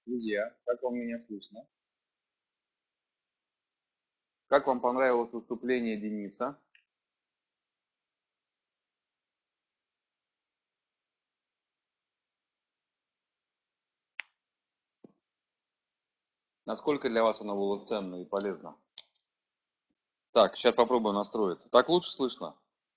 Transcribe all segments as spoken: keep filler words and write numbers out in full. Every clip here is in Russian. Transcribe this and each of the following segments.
Друзья, как вам меня слышно? Как вам понравилось выступление Дениса? Насколько для вас оно было ценно и полезно? Так, сейчас попробую настроиться. Так лучше слышно?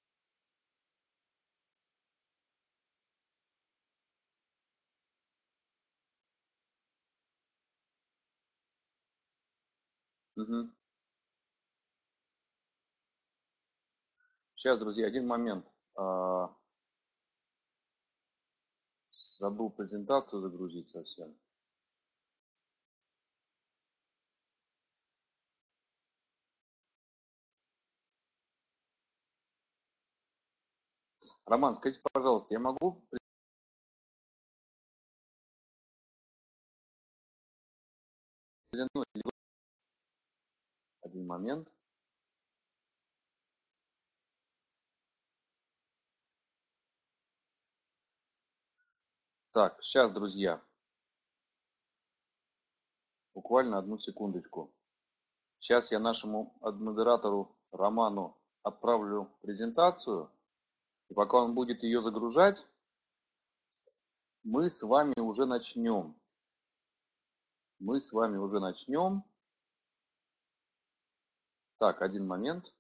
Мгм. Сейчас, друзья, один момент. А, забыл презентацию загрузить совсем. Роман, скажите, пожалуйста, я могу презентовать один момент? Так, сейчас, друзья, буквально одну секундочку. Сейчас я нашему модератору Роману отправлю презентацию, и пока он будет ее загружать, мы с вами уже начнем. Мы с вами уже начнем. Так, один момент.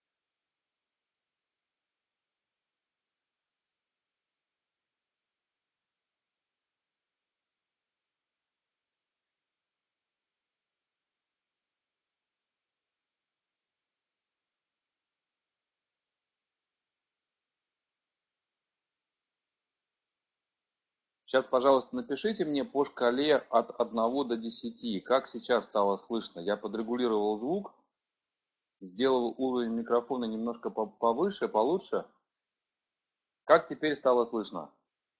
Сейчас, пожалуйста, напишите мне по шкале от одного до десяти, как сейчас стало слышно. Я подрегулировал звук, сделал уровень микрофона немножко повыше, получше. Как теперь стало слышно?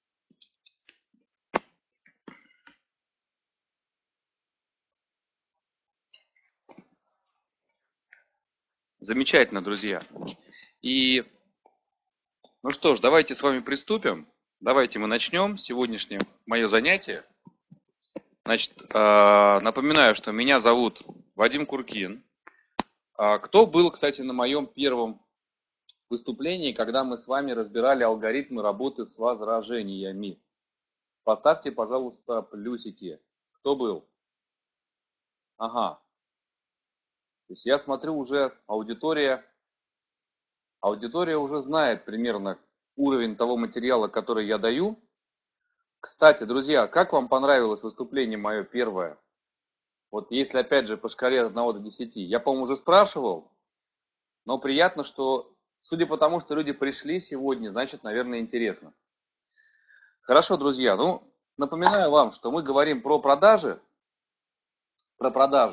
Замечательно, друзья. И, ну что ж, давайте с вами приступим. Давайте мы начнем сегодняшнее мое занятие. Значит, э, напоминаю, что меня зовут Вадим Куркин. А кто был, кстати, на моем первом выступлении, когда мы с вами разбирали алгоритмы работы с возражениями? Поставьте, пожалуйста, плюсики. Кто был? Ага. То есть я смотрю, уже аудитория, аудитория уже знает примерно уровень того материала, который я даю. Кстати, друзья, как вам понравилось выступление мое первое? Вот если опять же по шкале от одного до десяти. Я, по-моему, уже спрашивал, но приятно, что, судя по тому, что люди пришли сегодня, значит, наверное, интересно. Хорошо, друзья, ну, напоминаю вам, что мы говорим про продажи, про продажи.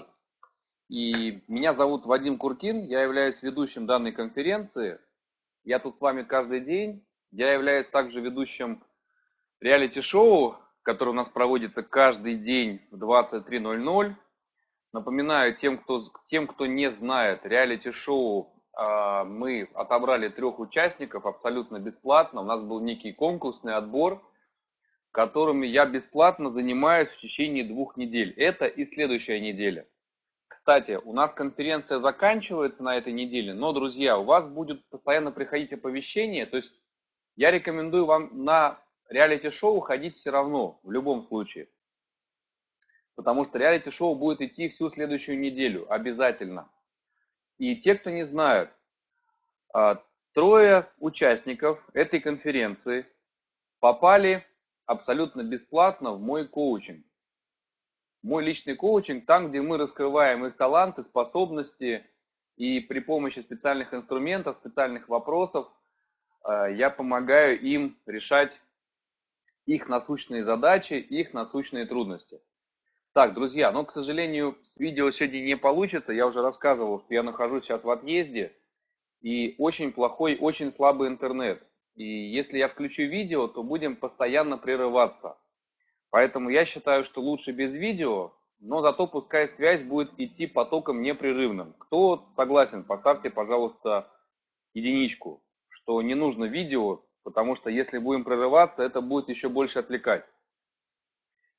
И меня зовут Вадим Куркин, я являюсь ведущим данной конференции. Я тут с вами каждый день. Я являюсь также ведущим реалити-шоу, которое у нас проводится каждый день в двадцать три ноль ноль. Напоминаю тем, кто, тем, кто не знает, реалити-шоу а, мы отобрали трех участников абсолютно бесплатно. У нас был некий конкурсный отбор, которыми я бесплатно занимаюсь в течение двух недель. Это и следующая неделя. Кстати, у нас конференция заканчивается на этой неделе, но, друзья, у вас будет постоянно приходить оповещение, то есть я рекомендую вам на реалити-шоу ходить все равно, в любом случае, потому что реалити-шоу будет идти всю следующую неделю, обязательно. И те, кто не знают, а, трое участников этой конференции попали абсолютно бесплатно в мой коучинг. Мой личный коучинг, там, где мы раскрываем их таланты, способности, и при помощи специальных инструментов, специальных вопросов э, я помогаю им решать их насущные задачи, их насущные трудности. Так, друзья, но, к сожалению, с видео сегодня не получится. Я уже рассказывал, что я нахожусь сейчас в отъезде, и очень плохой, очень слабый интернет. И если я включу видео, то будем постоянно прерываться. Поэтому я считаю, что лучше без видео, но зато пускай связь будет идти потоком непрерывным. Кто согласен, поставьте, пожалуйста, единичку, что не нужно видео, потому что если будем прерываться, это будет еще больше отвлекать.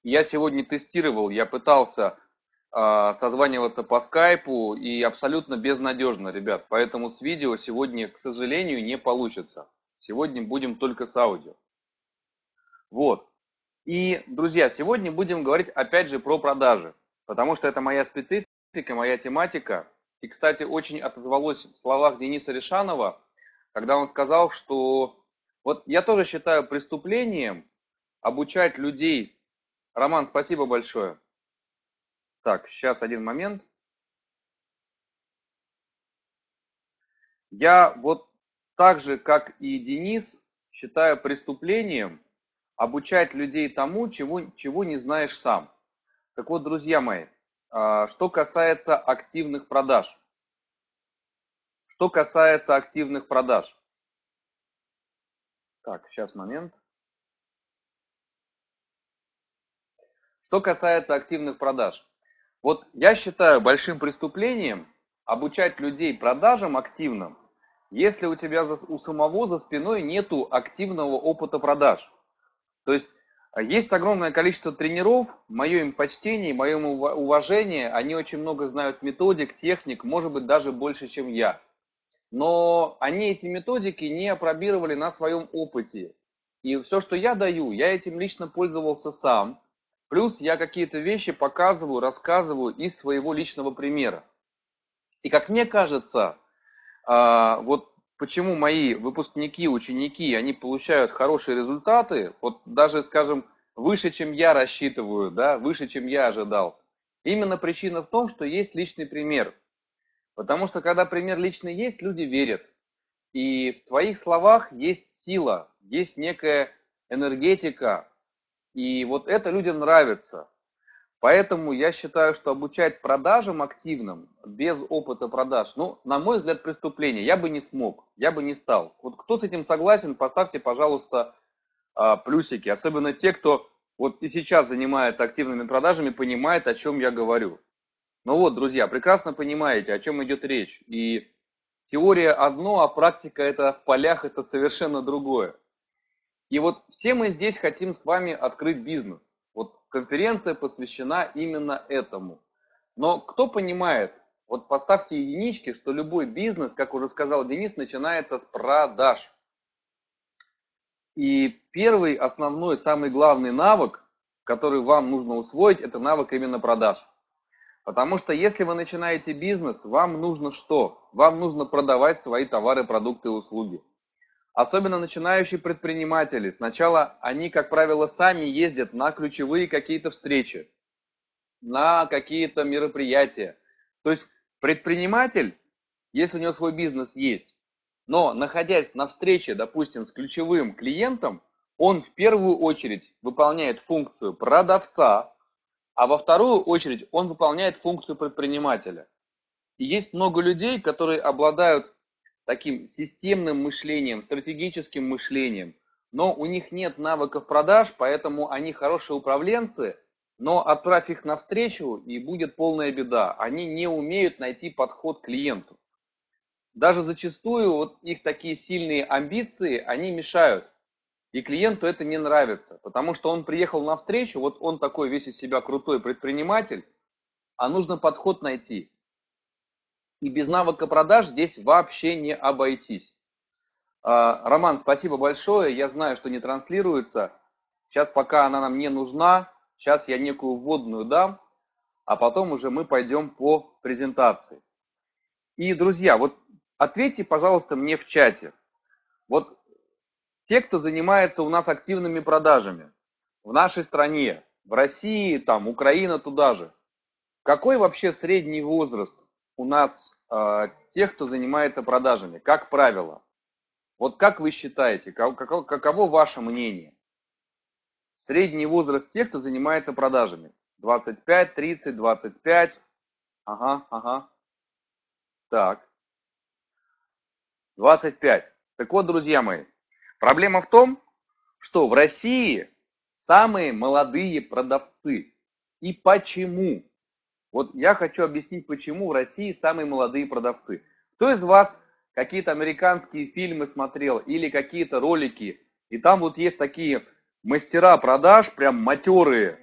Я сегодня тестировал, я пытался а, созваниваться по скайпу и абсолютно безнадежно, ребят. Поэтому с видео сегодня, к сожалению, не получится. Сегодня будем только с аудио. Вот. И, друзья, сегодня будем говорить опять же про продажи, потому что это моя специфика, моя тематика. И, кстати, очень отозвалось в словах Дениса Ришанова, когда он сказал, что вот я тоже считаю преступлением обучать людей. Роман, спасибо большое. Так, сейчас один момент. Я вот так же, как и Денис, считаю преступлением обучать людей тому, чего, чего не знаешь сам. Так вот, друзья мои, а, что касается активных продаж. Что касается активных продаж. Так, сейчас момент. Что касается активных продаж. Вот я считаю большим преступлением обучать людей продажам активным, если у тебя у самого за спиной нету активного опыта продаж. То есть есть огромное количество тренеров, мое им почтение, мое им уважение, они очень много знают методик, техник, может быть даже больше, чем я. Но они эти методики не опробировали на своем опыте. И все, что я даю, я этим лично пользовался сам. Плюс я какие-то вещи показываю, рассказываю из своего личного примера. И как мне кажется, вот почему мои выпускники, ученики, они получают хорошие результаты, вот даже, скажем, выше, чем я рассчитываю, да, выше, чем я ожидал. Именно причина в том, что есть личный пример. Потому что когда пример личный есть, люди верят. И в твоих словах есть сила, есть некая энергетика. И вот это людям нравится. Поэтому я считаю, что обучать продажам активным, без опыта продаж, ну, на мой взгляд, преступление. Я бы не смог, я бы не стал. Вот кто с этим согласен, поставьте, пожалуйста, плюсики. Особенно те, кто вот и сейчас занимается активными продажами, понимает, о чем я говорю. Ну вот, друзья, прекрасно понимаете, о чем идет речь. И теория одно, а практика это в полях это совершенно другое. И вот все мы здесь хотим с вами открыть бизнес. Вот конференция посвящена именно этому. Но кто понимает, вот поставьте единички, что любой бизнес, как уже сказал Денис, начинается с продаж. И первый, основной, самый главный навык, который вам нужно усвоить, это навык именно продаж. Потому что если вы начинаете бизнес, вам нужно что? Вам нужно продавать свои товары, продукты и услуги. Особенно начинающие предприниматели. Сначала они, как правило, сами ездят на ключевые какие-то встречи, на какие-то мероприятия. То есть предприниматель, если у него свой бизнес есть, но находясь на встрече, допустим, с ключевым клиентом, он в первую очередь выполняет функцию продавца, а во вторую очередь он выполняет функцию предпринимателя. И есть много людей, которые обладают таким системным мышлением, стратегическим мышлением, но у них нет навыков продаж, поэтому они хорошие управленцы, но отправь их навстречу, и будет полная беда. Они не умеют найти подход к клиенту. Даже зачастую вот их такие сильные амбиции, они мешают. И клиенту это не нравится, потому что он приехал на встречу, вот он такой весь из себя крутой предприниматель, а нужно подход найти. И без навыка продаж здесь вообще не обойтись. Роман, спасибо большое. Я знаю, что не транслируется. Сейчас пока она нам не нужна. Сейчас я некую вводную дам, а потом уже мы пойдем по презентации. И, друзья, вот ответьте, пожалуйста, мне в чате. Вот те, кто занимается у нас активными продажами в нашей стране, в России, там, Украина туда же. Какой вообще средний возраст у нас э, тех, кто занимается продажами, как правило? Вот как вы считаете, как, как, каково ваше мнение? Средний возраст тех, кто занимается продажами. двадцать пять, тридцать, двадцать пять. Ага, ага. Так. двадцать пять. Так вот, друзья мои, проблема в том, что в России самые молодые продавцы. И почему? Вот я хочу объяснить, почему в России самые молодые продавцы. Кто из вас какие-то американские фильмы смотрел или какие-то ролики, и там вот есть такие мастера продаж, прям матерые,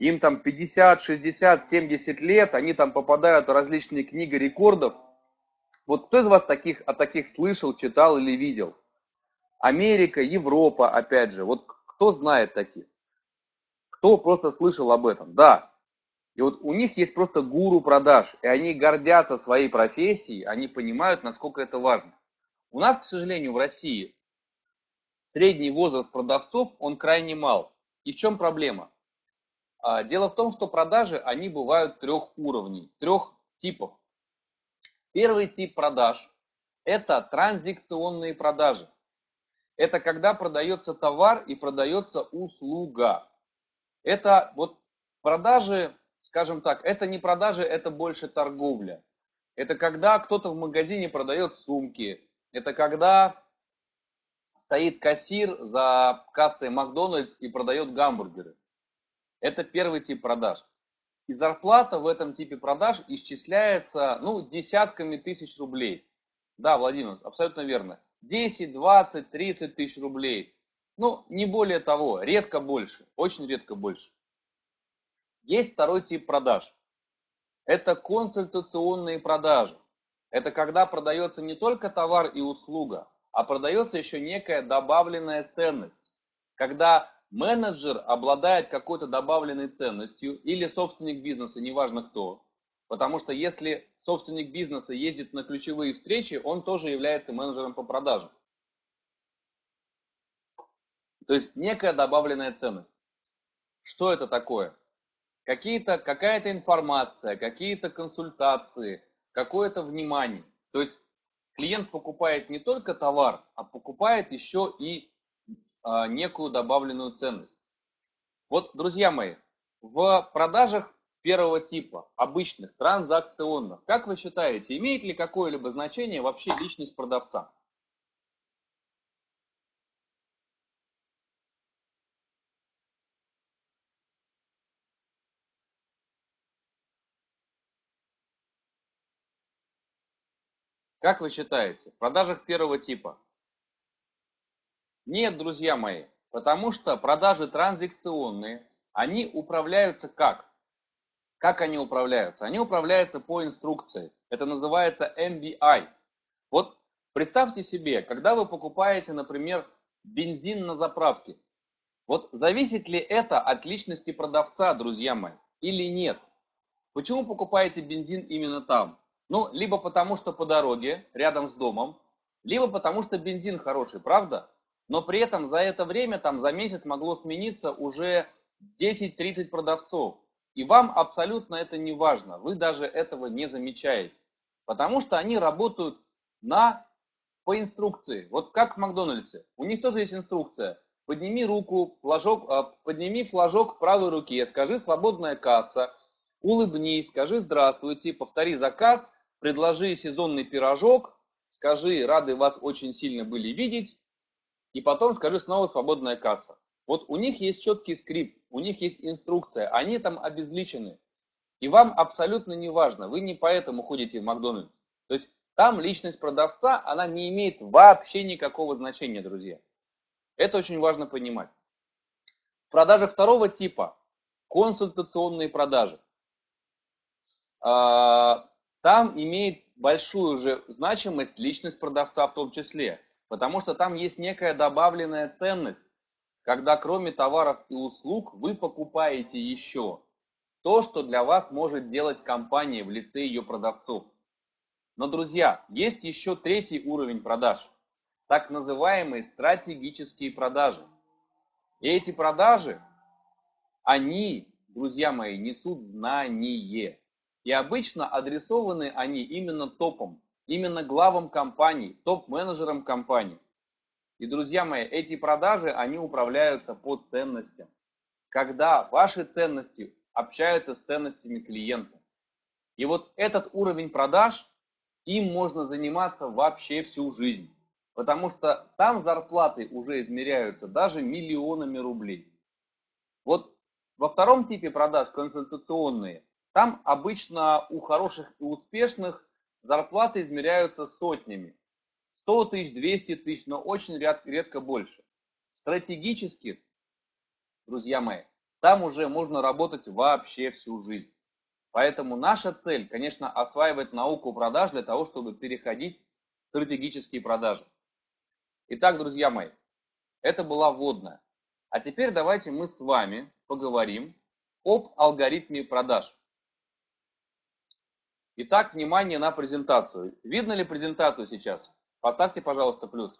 им там пятьдесят, шестьдесят, семьдесят лет, они там попадают в различные книги рекордов. Вот кто из вас таких, о таких слышал, читал или видел? Америка, Европа, опять же, вот кто знает таких? Кто просто слышал об этом? Да. И вот у них есть просто гуру продаж, и они гордятся своей профессией, они понимают, насколько это важно. У нас, к сожалению, в России средний возраст продавцов, он крайне мал. И в чем проблема? Дело в том, что продажи, они бывают трех уровней, трех типов. Первый тип продаж – это транзакционные продажи. Это когда продается товар и продается услуга. Это вот продажи, скажем так, это не продажи, это больше торговля. Это когда кто-то в магазине продает сумки. Это когда стоит кассир за кассой Макдональдс и продает гамбургеры. Это первый тип продаж. И зарплата в этом типе продаж исчисляется, ну, десятками тысяч рублей. Да, Владимир, абсолютно верно. десять, двадцать, тридцать тысяч рублей. Ну, не более того, редко больше, очень редко больше. Есть второй тип продаж. Это консультационные продажи. Это когда продается не только товар и услуга, а продается еще некая добавленная ценность. Когда менеджер обладает какой-то добавленной ценностью или собственник бизнеса, неважно кто. Потому что если собственник бизнеса ездит на ключевые встречи, он тоже является менеджером по продажам. То есть некая добавленная ценность. Что это такое? Какие-то, какая-то информация, какие-то консультации, какое-то внимание. То есть клиент покупает не только товар, а покупает еще и а, некую добавленную ценность. Вот, друзья мои, в продажах первого типа, обычных, транзакционных, как вы считаете, имеет ли какое-либо значение вообще личность продавца? Как вы считаете, в продажах первого типа? Нет, друзья мои, потому что продажи транзакционные, они управляются как? Как они управляются? Они управляются по инструкции. Это называется эм би ай. Вот представьте себе, когда вы покупаете, например, бензин на заправке. Вот зависит ли это от личности продавца, друзья мои, или нет? Почему покупаете бензин именно там? Ну, либо потому, что по дороге, рядом с домом, либо потому, что бензин хороший, правда? Но при этом за это время, там за месяц могло смениться уже десять-тридцать продавцов. И вам абсолютно это не важно, вы даже этого не замечаете. Потому что они работают на, по инструкции. Вот как в Макдональдсе. У них тоже есть инструкция. Подними руку, флажок, подними флажок правой руке, скажи «свободная касса», улыбнись, скажи «здравствуйте», повтори заказ, предложи сезонный пирожок, скажи «рады вас очень сильно были видеть», и потом скажи снова «свободная касса». Вот у них есть четкий скрипт, у них есть инструкция, они там обезличены. И вам абсолютно не важно, вы не поэтому ходите в Макдональдс. То есть там личность продавца, она не имеет вообще никакого значения, друзья. Это очень важно понимать. В продажах второго типа, консультационные продажи. Там имеет большую же значимость личность продавца в том числе. Потому что там есть некая добавленная ценность, когда кроме товаров и услуг вы покупаете еще то, что для вас может делать компания в лице ее продавцов. Но, друзья, есть еще третий уровень продаж, так называемые стратегические продажи. И эти продажи, они, друзья мои, несут знание. И обычно адресованы они именно топам, именно главам компаний, топ-менеджерам компаний. И, друзья мои, эти продажи, они управляются по ценностям. Когда ваши ценности общаются с ценностями клиента. И вот этот уровень продаж, им можно заниматься вообще всю жизнь. Потому что там зарплаты уже измеряются даже миллионами рублей. Вот во втором типе продаж, консультационные, там обычно у хороших и успешных зарплаты измеряются сотнями. сто тысяч, двести тысяч, но очень редко больше. Стратегически, друзья мои, там уже можно работать вообще всю жизнь. Поэтому наша цель, конечно, осваивать науку продаж для того, чтобы переходить в стратегические продажи. Итак, друзья мои, это была вводная. А теперь давайте мы с вами поговорим об алгоритме продаж. Итак, внимание на презентацию. Видно ли презентацию сейчас? Поставьте, пожалуйста, плюс.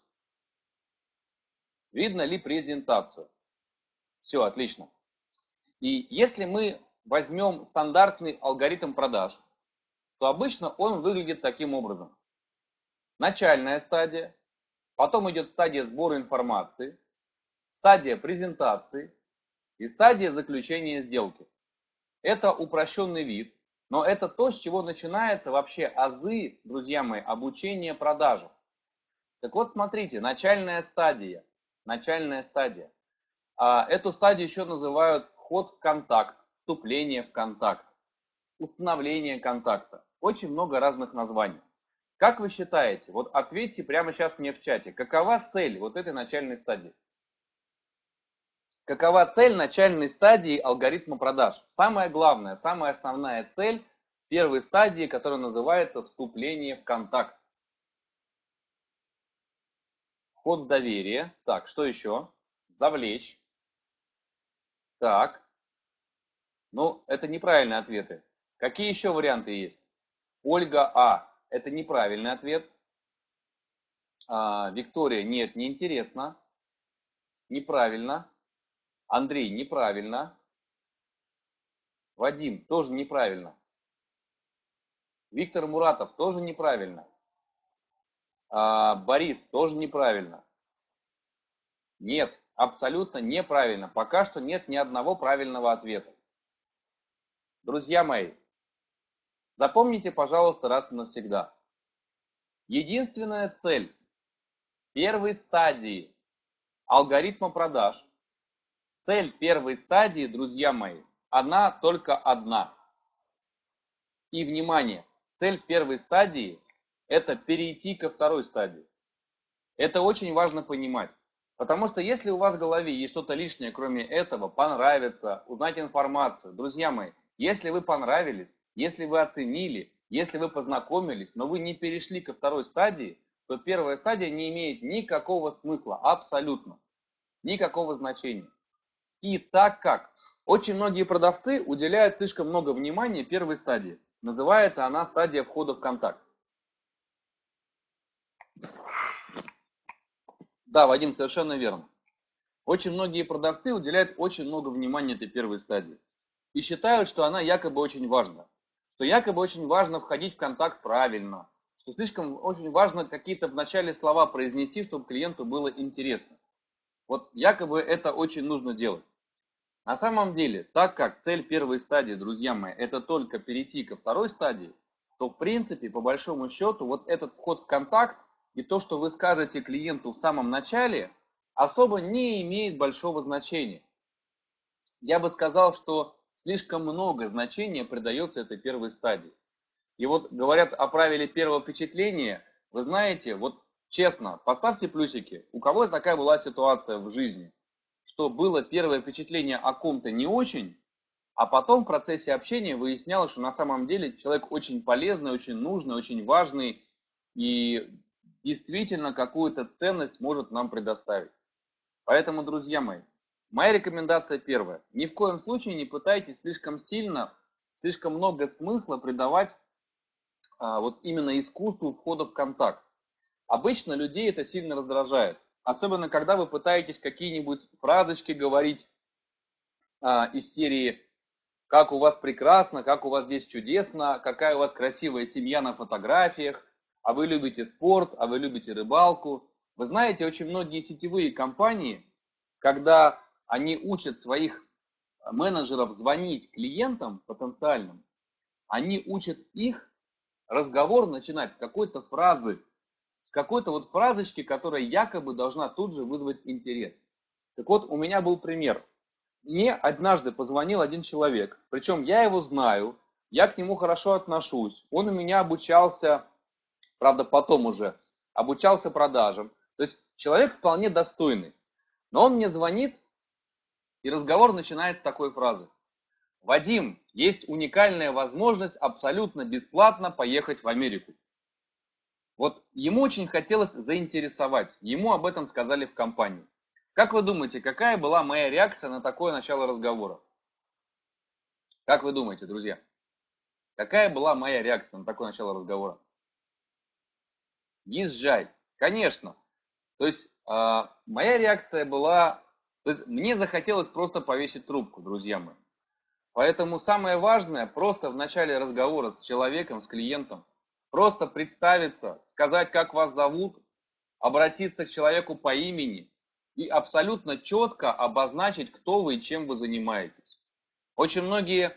Видно ли презентацию? Все, отлично. И если мы возьмем стандартный алгоритм продаж, то обычно он выглядит таким образом. Начальная стадия, потом идет стадия сбора информации, стадия презентации и стадия заключения сделки. Это упрощенный вид, но это то, с чего начинается вообще азы, друзья мои, обучения продажам. Так вот, смотрите, начальная стадия. Начальная стадия. А эту стадию еще называют вход в контакт, вступление в контакт, установление контакта. Очень много разных названий. Как вы считаете, вот ответьте прямо сейчас мне в чате, какова цель вот этой начальной стадии? Какова цель начальной стадии алгоритма продаж? Самая главная, самая основная цель первой стадии, которая называется вступление в контакт. Вход в доверие. Так, что еще? Завлечь. Так. Ну, это неправильные ответы. Какие еще варианты есть? Ольга А. Это неправильный ответ. А, Виктория, нет, неинтересно. Неправильно. Андрей, неправильно. Вадим, тоже неправильно. Виктор Муратов, тоже неправильно. А, Борис, тоже неправильно. Нет, абсолютно неправильно. Пока что нет ни одного правильного ответа. Друзья мои, запомните, пожалуйста, раз и навсегда. Единственная цель первой стадии алгоритма продаж, цель первой стадии, друзья мои, она только одна. И, внимание, цель первой стадии – это перейти ко второй стадии. Это очень важно понимать. Потому что если у вас в голове есть что-то лишнее, кроме этого, понравится, узнать информацию, друзья мои, если вы понравились, если вы оценили, если вы познакомились, но вы не перешли ко второй стадии, то первая стадия не имеет никакого смысла, абсолютно, никакого значения. И так как очень многие продавцы уделяют слишком много внимания первой стадии, называется она стадия входа в контакт. Да, Вадим, совершенно верно. Очень многие продавцы уделяют очень много внимания этой первой стадии и считают, что она якобы очень важна, что якобы очень важно входить в контакт правильно, что слишком очень важно какие-то в начале слова произнести, чтобы клиенту было интересно. Вот якобы это очень нужно делать. На самом деле, так как цель первой стадии, друзья мои, это только перейти ко второй стадии, то в принципе, по большому счету, вот этот вход в контакт и то, что вы скажете клиенту в самом начале, особо не имеет большого значения. Я бы сказал, что слишком много значения придается этой первой стадии. И вот говорят о правиле первого впечатления, вы знаете, вот честно, поставьте плюсики, у кого такая была ситуация в жизни, что было первое впечатление о ком-то не очень, а потом в процессе общения выяснялось, что на самом деле человек очень полезный, очень нужный, очень важный и действительно какую-то ценность может нам предоставить. Поэтому, друзья мои, моя рекомендация первая. Ни в коем случае не пытайтесь слишком сильно, слишком много смысла придавать а, вот именно искусству входа в контакт. Обычно людей это сильно раздражает. Особенно, когда вы пытаетесь какие-нибудь фразочки говорить а, из серии «Как у вас прекрасно», «Как у вас здесь чудесно», «Какая у вас красивая семья на фотографиях», «А вы любите спорт», «А вы любите рыбалку». Вы знаете, очень многие сетевые компании, когда они учат своих менеджеров звонить клиентам потенциальным, они учат их разговор начинать с какой-то фразы, с какой-то вот фразочки, которая якобы должна тут же вызвать интерес. Так вот, у меня был пример. Мне однажды позвонил один человек, причем я его знаю, я к нему хорошо отношусь, он у меня обучался, правда потом уже, обучался продажам. То есть человек вполне достойный. Но он мне звонит И разговор начинается с такой фразы. Вадим, есть уникальная возможность абсолютно бесплатно поехать в Америку. Вот ему очень хотелось заинтересовать, ему об этом сказали в компании. Как вы думаете, какая была моя реакция на такое начало разговора? Как вы думаете, друзья? Какая была моя реакция на такое начало разговора? Езжай. Конечно. То есть э, моя реакция была, то есть мне захотелось просто повесить трубку, друзья мои. Поэтому самое важное просто в начале разговора с человеком, с клиентом, просто представиться, сказать, как вас зовут, обратиться к человеку по имени и абсолютно четко обозначить, кто вы и чем вы занимаетесь. Очень многие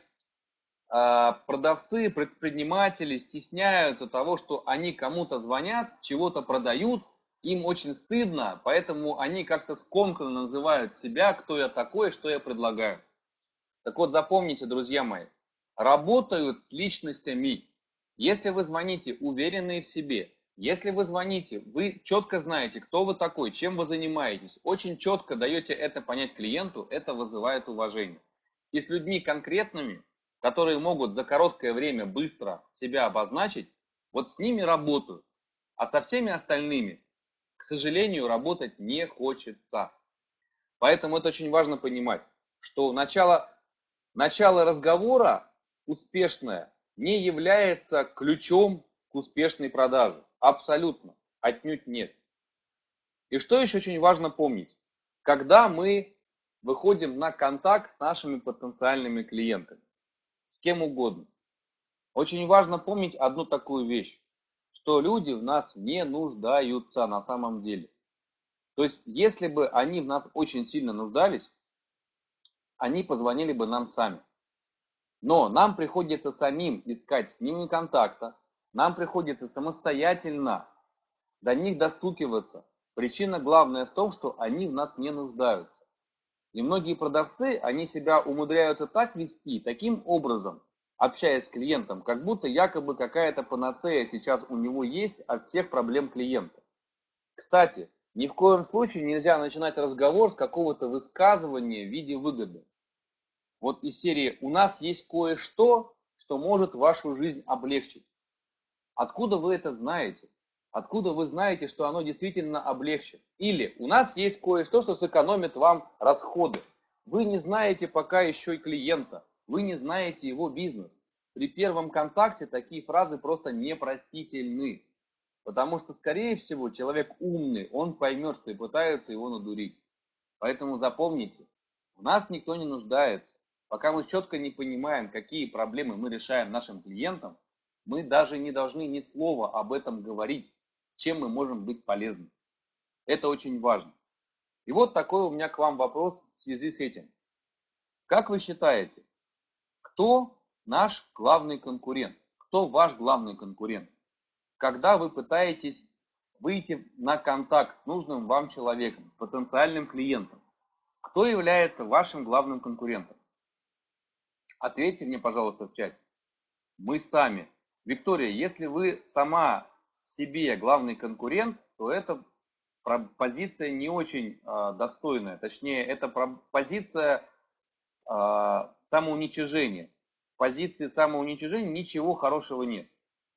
э, продавцы, предприниматели стесняются того, что они кому-то звонят, чего-то продают, им очень стыдно, поэтому они как-то скомканно называют себя, кто я такой, что я предлагаю. Так вот, запомните, друзья мои, работают с личностями. Если вы звоните уверенные в себе, если вы звоните, вы четко знаете, кто вы такой, чем вы занимаетесь, очень четко даете это понять клиенту, это вызывает уважение. И с людьми конкретными, которые могут за короткое время быстро себя обозначить, вот с ними работают. А со всеми остальными, к сожалению, работать не хочется. Поэтому это очень важно понимать, что начало Начало разговора успешное не является ключом к успешной продаже. Абсолютно. Отнюдь нет. И что еще очень важно помнить? Когда мы выходим на контакт с нашими потенциальными клиентами, с кем угодно, очень важно помнить одну такую вещь, что люди в нас не нуждаются на самом деле. То есть, если бы они в нас очень сильно нуждались, они позвонили бы нам сами. Но нам приходится самим искать с ними контакта, нам приходится самостоятельно до них достукиваться. Причина главная в том, что они в нас не нуждаются. И многие продавцы, они себя умудряются так вести, таким образом, общаясь с клиентом, как будто якобы какая-то панацея сейчас у него есть от всех проблем клиента. Кстати, ни в коем случае нельзя начинать разговор с какого-то высказывания в виде выгоды. Вот из серии «У нас есть кое-что, что может вашу жизнь облегчить». Откуда вы это знаете? Откуда вы знаете, что оно действительно облегчит? Или «У нас есть кое-что, что сэкономит вам расходы». Вы не знаете пока еще и клиента, вы не знаете его бизнес. При первом контакте такие фразы просто непростительны. Потому что, скорее всего, человек умный, он поймет, что и пытаются его надурить. Поэтому запомните, в нас никто не нуждается. Пока мы четко не понимаем, какие проблемы мы решаем нашим клиентам, мы даже не должны ни слова об этом говорить, чем мы можем быть полезны. Это очень важно. И вот такой у меня к вам вопрос в связи с этим. Как вы считаете, кто наш главный конкурент? Кто ваш главный конкурент? Когда вы пытаетесь выйти на контакт с нужным вам человеком, с потенциальным клиентом, кто является вашим главным конкурентом? Ответьте мне, пожалуйста, в чате. Мы сами. Виктория, если вы сама себе главный конкурент, то эта позиция не очень э, достойная. Точнее, это позиция э, самоуничижения. В позиции самоуничижения ничего хорошего нет.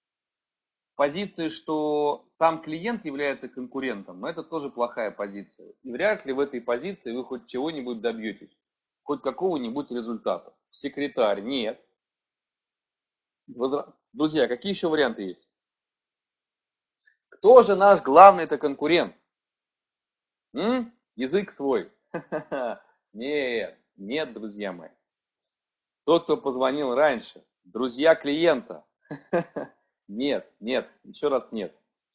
В позиции, что сам клиент является конкурентом, это тоже плохая позиция. И вряд ли в этой позиции вы хоть чего-нибудь добьетесь. Хоть какого-нибудь результата. Секретарь, нет. Возра... Друзья, какие еще варианты есть? Кто же наш главный-то конкурент? М? Язык свой. Нет, нет, друзья мои. Тот, кто позвонил раньше. Друзья клиента. Нет, нет, еще раз нет.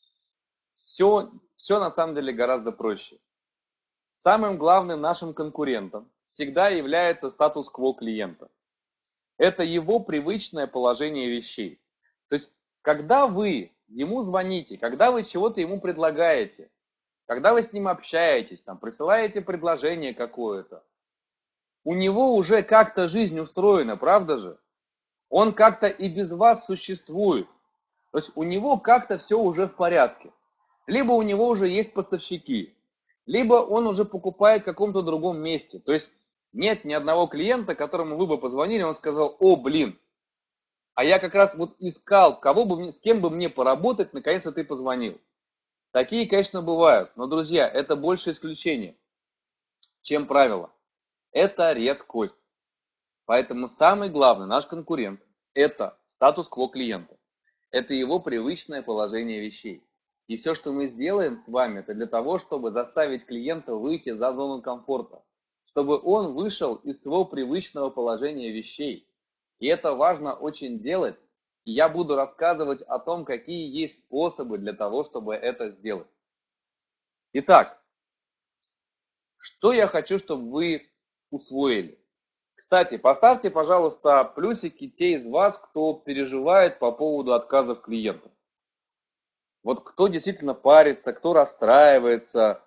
Все, все на самом деле гораздо проще. Самым главным нашим конкурентом всегда является статус-кво клиента. Это его привычное положение вещей. То есть, когда вы ему звоните, когда вы чего-то ему предлагаете, когда вы с ним общаетесь, там, присылаете предложение какое-то, у него уже как-то жизнь устроена, правда же? Он как-то и без вас существует. То есть у него как-то все уже в порядке. Либо у него уже есть поставщики, либо он уже покупает в каком-то другом месте. То есть Нет ни одного клиента, которому вы бы позвонили, он сказал: о, блин, а я как раз вот искал, кого бы мне, с кем бы мне поработать, наконец-то ты позвонил. Такие, конечно, бывают, но, друзья, это больше исключение, чем правило. Это редкость. Поэтому самый главный наш конкурент – это статус-кво клиента. Это его привычное положение вещей. И все, что мы сделаем с вами, это для того, чтобы заставить клиента выйти за зону комфорта, чтобы он вышел из своего привычного положения вещей. И это важно очень делать. И я буду рассказывать о том, какие есть способы для того, чтобы это сделать. Итак, что я хочу, чтобы вы усвоили. Кстати, поставьте, пожалуйста, плюсики те из вас, кто переживает по поводу отказов клиентов. Вот кто действительно парится, кто расстраивается,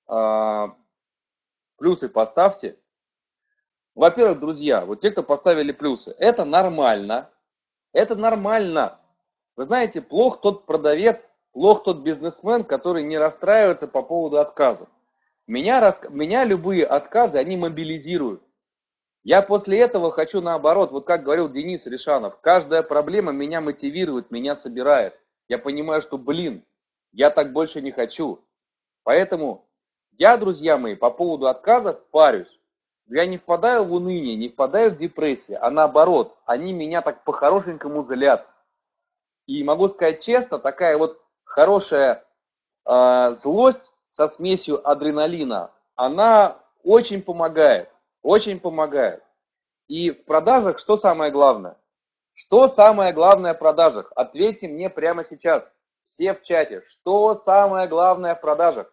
плюсы поставьте. Во-первых, друзья, вот те, кто поставили плюсы, это нормально, это нормально. Вы знаете, плох тот продавец, плох тот бизнесмен, который не расстраивается по поводу отказов. Меня, меня любые отказы, они мобилизируют. Я после этого хочу наоборот, вот как говорил Денис Ришанов, каждая проблема меня мотивирует, меня собирает. Я понимаю, что, блин, я так больше не хочу. Поэтому я, друзья мои, по поводу отказов парюсь. Я не впадаю в уныние, не впадаю в депрессию, а наоборот, они меня так по-хорошенькому злят. И могу сказать честно, такая вот хорошая э, злость со смесью адреналина, она очень помогает, очень помогает. И в продажах что самое главное? Что самое главное в продажах? Ответьте мне прямо сейчас, все в чате. Что самое главное в продажах?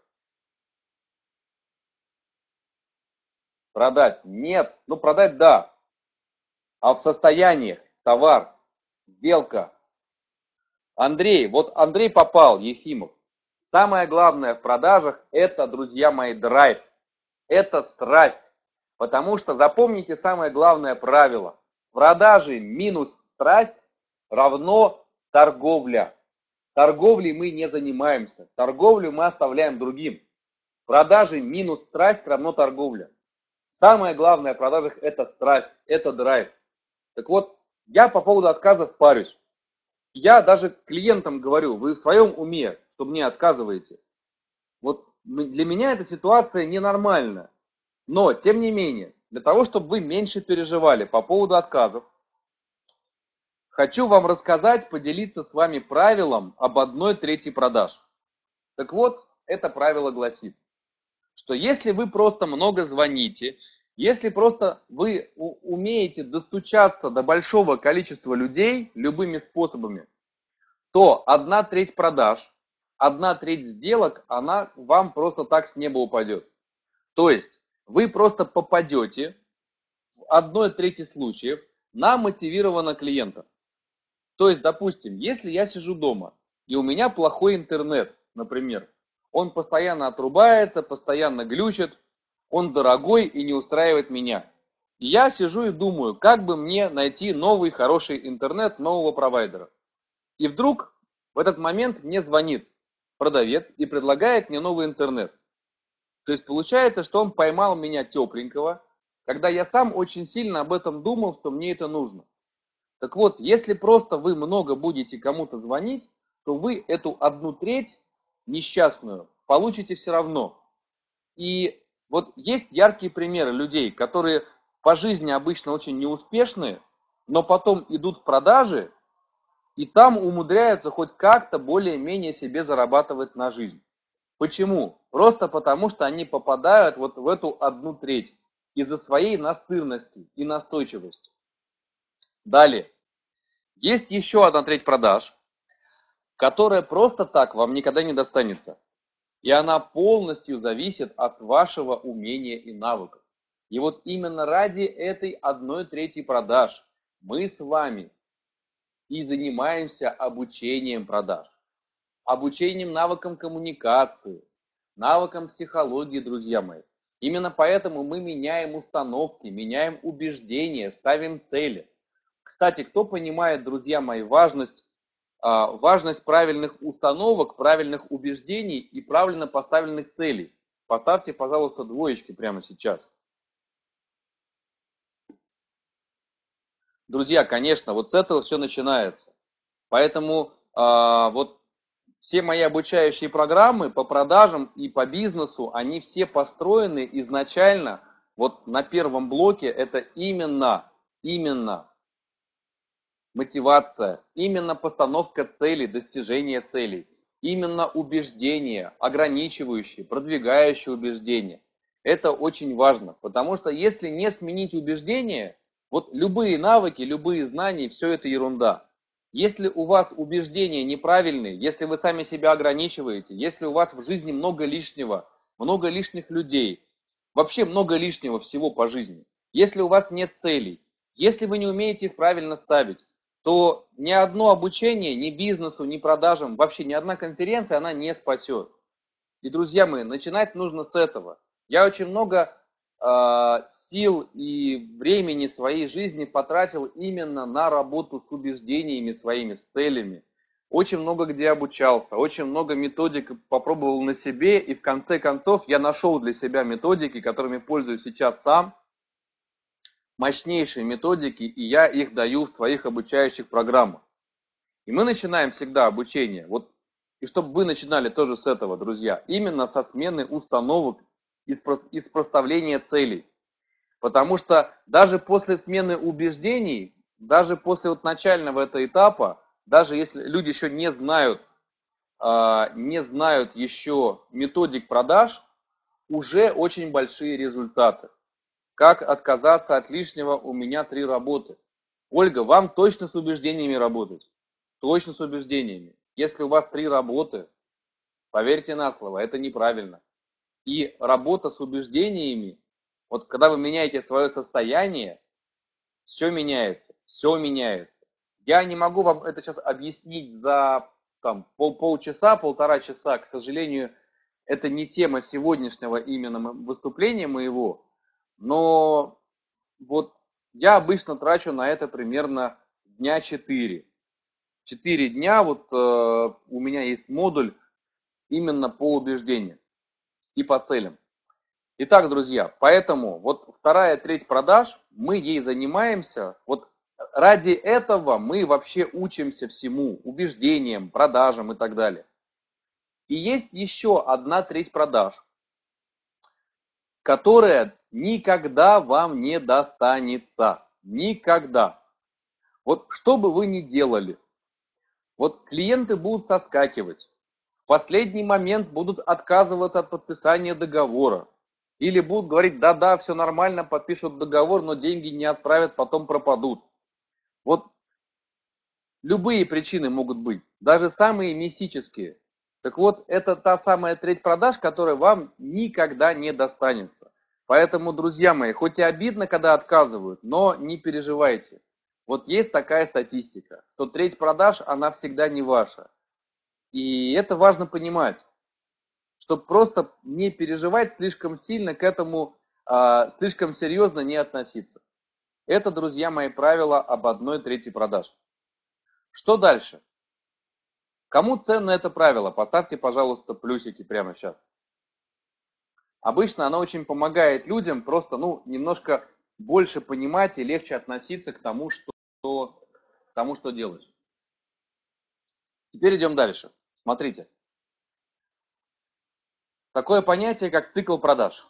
Продать? Нет. Ну, продать да. А в состояниях товар, сделка. Андрей, вот Андрей попал, Ефимов. Самое главное в продажах – это, друзья мои, драйв. Это страсть. Потому что запомните самое главное правило. Продажи минус страсть равно торговля. Торговлей мы не занимаемся. Торговлю мы оставляем другим. Продажи минус страсть равно торговля. Самое главное в продажах – это страсть, это драйв. Так вот, я по поводу отказов парюсь. Я даже клиентам говорю: вы в своем уме, что мне отказываете. Вот для меня эта ситуация ненормальна. Но, тем не менее, для того, чтобы вы меньше переживали по поводу отказов, хочу вам рассказать, поделиться с вами правилом об одной трети продаж. Так вот, это правило гласит, что если вы просто много звоните, если просто вы умеете достучаться до большого количества людей любыми способами, то одна треть продаж, одна треть сделок, она вам просто так с неба упадет. То есть вы просто попадете в одной трети случаев на мотивированного клиента. То есть, допустим, если я сижу дома и у меня плохой интернет, например, он постоянно отрубается, постоянно глючит, он дорогой и не устраивает меня. И я сижу и думаю, как бы мне найти новый хороший интернет нового провайдера. И вдруг в этот момент мне звонит продавец и предлагает мне новый интернет. То есть получается, что он поймал меня тепленького, когда я сам очень сильно об этом думал, что мне это нужно. Так вот, если просто вы много будете кому-то звонить, то вы эту одну треть несчастную получите все равно. И вот есть яркие примеры людей, которые по жизни обычно очень неуспешные, но потом идут в продажи, и там умудряются хоть как-то более-менее себе зарабатывать на жизнь. Почему? Просто потому, что они попадают вот в эту одну треть из-за своей настырности и настойчивости. Далее. Есть еще одна треть продаж, которая просто так вам никогда не достанется. И она полностью зависит от вашего умения и навыков. И вот именно ради этой одной трети продаж мы с вами и занимаемся обучением продаж. Обучением навыкам коммуникации, навыкам психологии, друзья мои. Именно поэтому мы меняем установки, меняем убеждения, ставим цели. Кстати, кто понимает, друзья мои, важность, важность правильных установок, правильных убеждений и правильно поставленных целей? Поставьте, пожалуйста, двоечки прямо сейчас. Друзья, конечно, вот с этого все начинается. Поэтому а, вот все мои обучающие программы по продажам и по бизнесу, они все построены изначально, вот на первом блоке это именно, именно мотивация, именно постановка целей, достижение целей, именно убеждения, ограничивающие, продвигающие убеждения. Это очень важно, потому что если не сменить убеждения, вот любые навыки, любые знания, все это ерунда. Если у вас убеждения неправильные, если вы сами себя ограничиваете, если у вас в жизни много лишнего, много лишних людей, вообще много лишнего всего по жизни, если у вас нет целей, если вы не умеете их правильно ставить, то ни одно обучение, ни бизнесу, ни продажам, вообще ни одна конференция, она не спасет. И, друзья мои, начинать нужно с этого. Я очень много э, сил и времени своей жизни потратил именно на работу с убеждениями своими, с целями. Очень много где обучался, очень много методик попробовал на себе, и в конце концов я нашел для себя методики, которыми пользуюсь сейчас сам, мощнейшие методики, и я их даю в своих обучающих программах. И мы начинаем всегда обучение, вот, и чтобы вы начинали тоже с этого, друзья, именно со смены установок и с проставления целей. Потому что даже после смены убеждений, даже после вот начального этого этапа, даже если люди еще не знают, не знают еще методик продаж, уже очень большие результаты. Как отказаться от лишнего, у меня три работы. Ольга, вам точно с убеждениями работать? Точно с убеждениями. Если у вас три работы, поверьте на слово, это неправильно. И работа с убеждениями, вот когда вы меняете свое состояние, все меняется, все меняется. Я не могу вам это сейчас объяснить за там, пол, полчаса, полтора часа, к сожалению, это не тема сегодняшнего именно выступления моего, но вот я обычно трачу на это примерно дня четыре. Четыре дня вот э, у меня есть модуль именно по убеждениям и по целям. Итак, друзья, поэтому вот вторая треть продаж, мы ей занимаемся, вот ради этого мы вообще учимся всему, убеждениям, продажам и так далее. И есть еще одна треть продаж, которая никогда вам не достанется. Никогда. Вот что бы вы ни делали, вот клиенты будут соскакивать, в последний момент будут отказываться от подписания договора. Или будут говорить, да-да, все нормально, подпишут договор, но деньги не отправят, потом пропадут. Вот любые причины могут быть, даже самые мистические. Так вот, это та самая треть продаж, которая вам никогда не достанется. Поэтому, друзья мои, хоть и обидно, когда отказывают, но не переживайте. Вот есть такая статистика, что треть продаж, она всегда не ваша. И это важно понимать, чтобы просто не переживать слишком сильно к этому, а, слишком серьезно не относиться. Это, друзья мои, правила об одной трети продаж. Что дальше? Кому ценно это правило? Поставьте, пожалуйста, плюсики прямо сейчас. Обычно оно очень помогает людям просто, ну, немножко больше понимать и легче относиться к тому, что, к тому, что делать. Теперь идем дальше. Смотрите. Такое понятие, как цикл продаж.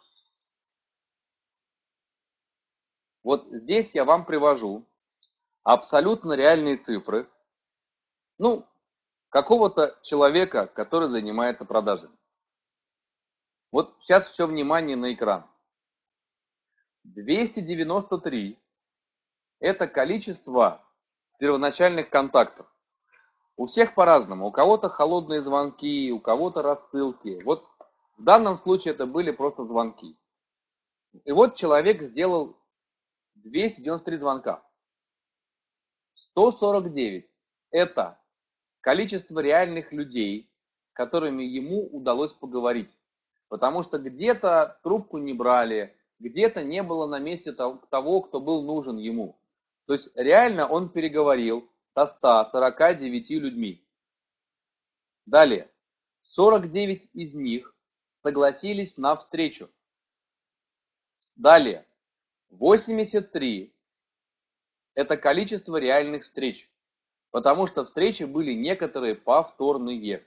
Вот здесь я вам привожу абсолютно реальные цифры, ну, какого-то человека, который занимается продажами. Вот сейчас все внимание на экран. двести девяносто три – это количество первоначальных контактов. У всех по-разному. У кого-то холодные звонки, у кого-то рассылки. Вот в данном случае это были просто звонки. И вот человек сделал двести девяносто три звонка. сто сорок девять – это количество реальных людей, с которыми ему удалось поговорить. Потому что где-то трубку не брали, где-то не было на месте того, кто был нужен ему. То есть реально он переговорил со ста сорока девятью людьми. Далее. сорок девять из них согласились на встречу. Далее. восемьдесят три это количество реальных встреч, потому что встречи были некоторые повторные.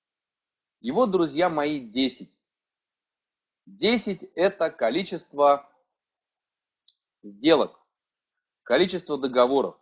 И вот, друзья мои, десять. десять это количество сделок, количество договоров,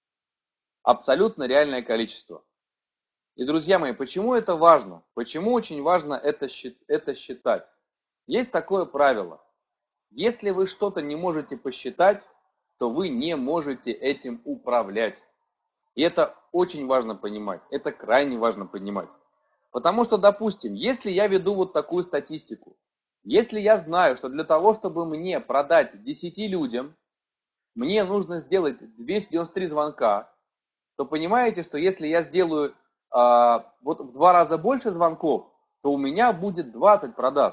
абсолютно реальное количество. И, друзья мои, почему это важно? Почему очень важно это, это считать? Есть такое правило. Если вы что-то не можете посчитать, то вы не можете этим управлять. И это очень важно понимать. Это крайне важно понимать. Потому что, допустим, если я веду вот такую статистику, если я знаю, что для того, чтобы мне продать десяти людям, мне нужно сделать двести девяносто три звонка, то понимаете, что если я сделаю а, вот в два раза больше звонков, то у меня будет двадцать продаж.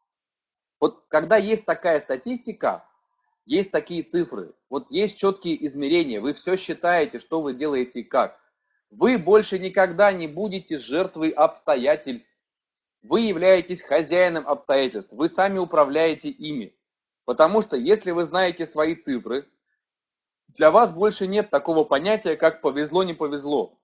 Вот когда есть такая статистика, есть такие цифры, вот есть четкие измерения, вы все считаете, что вы делаете и как. Вы больше никогда не будете жертвой обстоятельств. Вы являетесь хозяином обстоятельств, вы сами управляете ими. Потому что если вы знаете свои цифры, для вас больше нет такого понятия, как повезло, не повезло.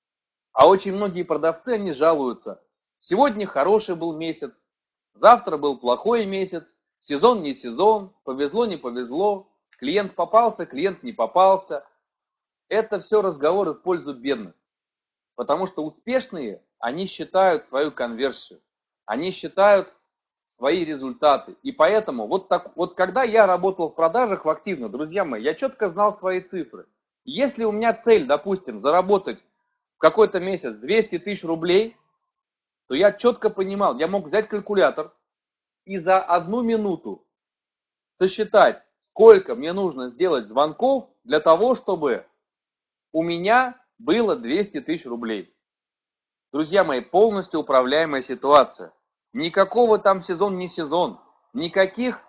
А очень многие продавцы, они жалуются. Сегодня хороший был месяц, завтра был плохой месяц, сезон не сезон, повезло, не повезло, клиент попался, клиент не попался. Это все разговоры в пользу бедных. Потому что успешные, они считают свою конверсию, они считают свои результаты. И поэтому, вот, так, вот когда я работал в продажах в активно, друзья мои, я четко знал свои цифры. Если у меня цель, допустим, заработать в какой-то месяц двести тысяч рублей, то я четко понимал, я мог взять калькулятор и за одну минуту сосчитать, сколько мне нужно сделать звонков для того, чтобы у меня было двести тысяч рублей. Друзья мои, полностью управляемая ситуация. Никакого там сезон не сезон, никаких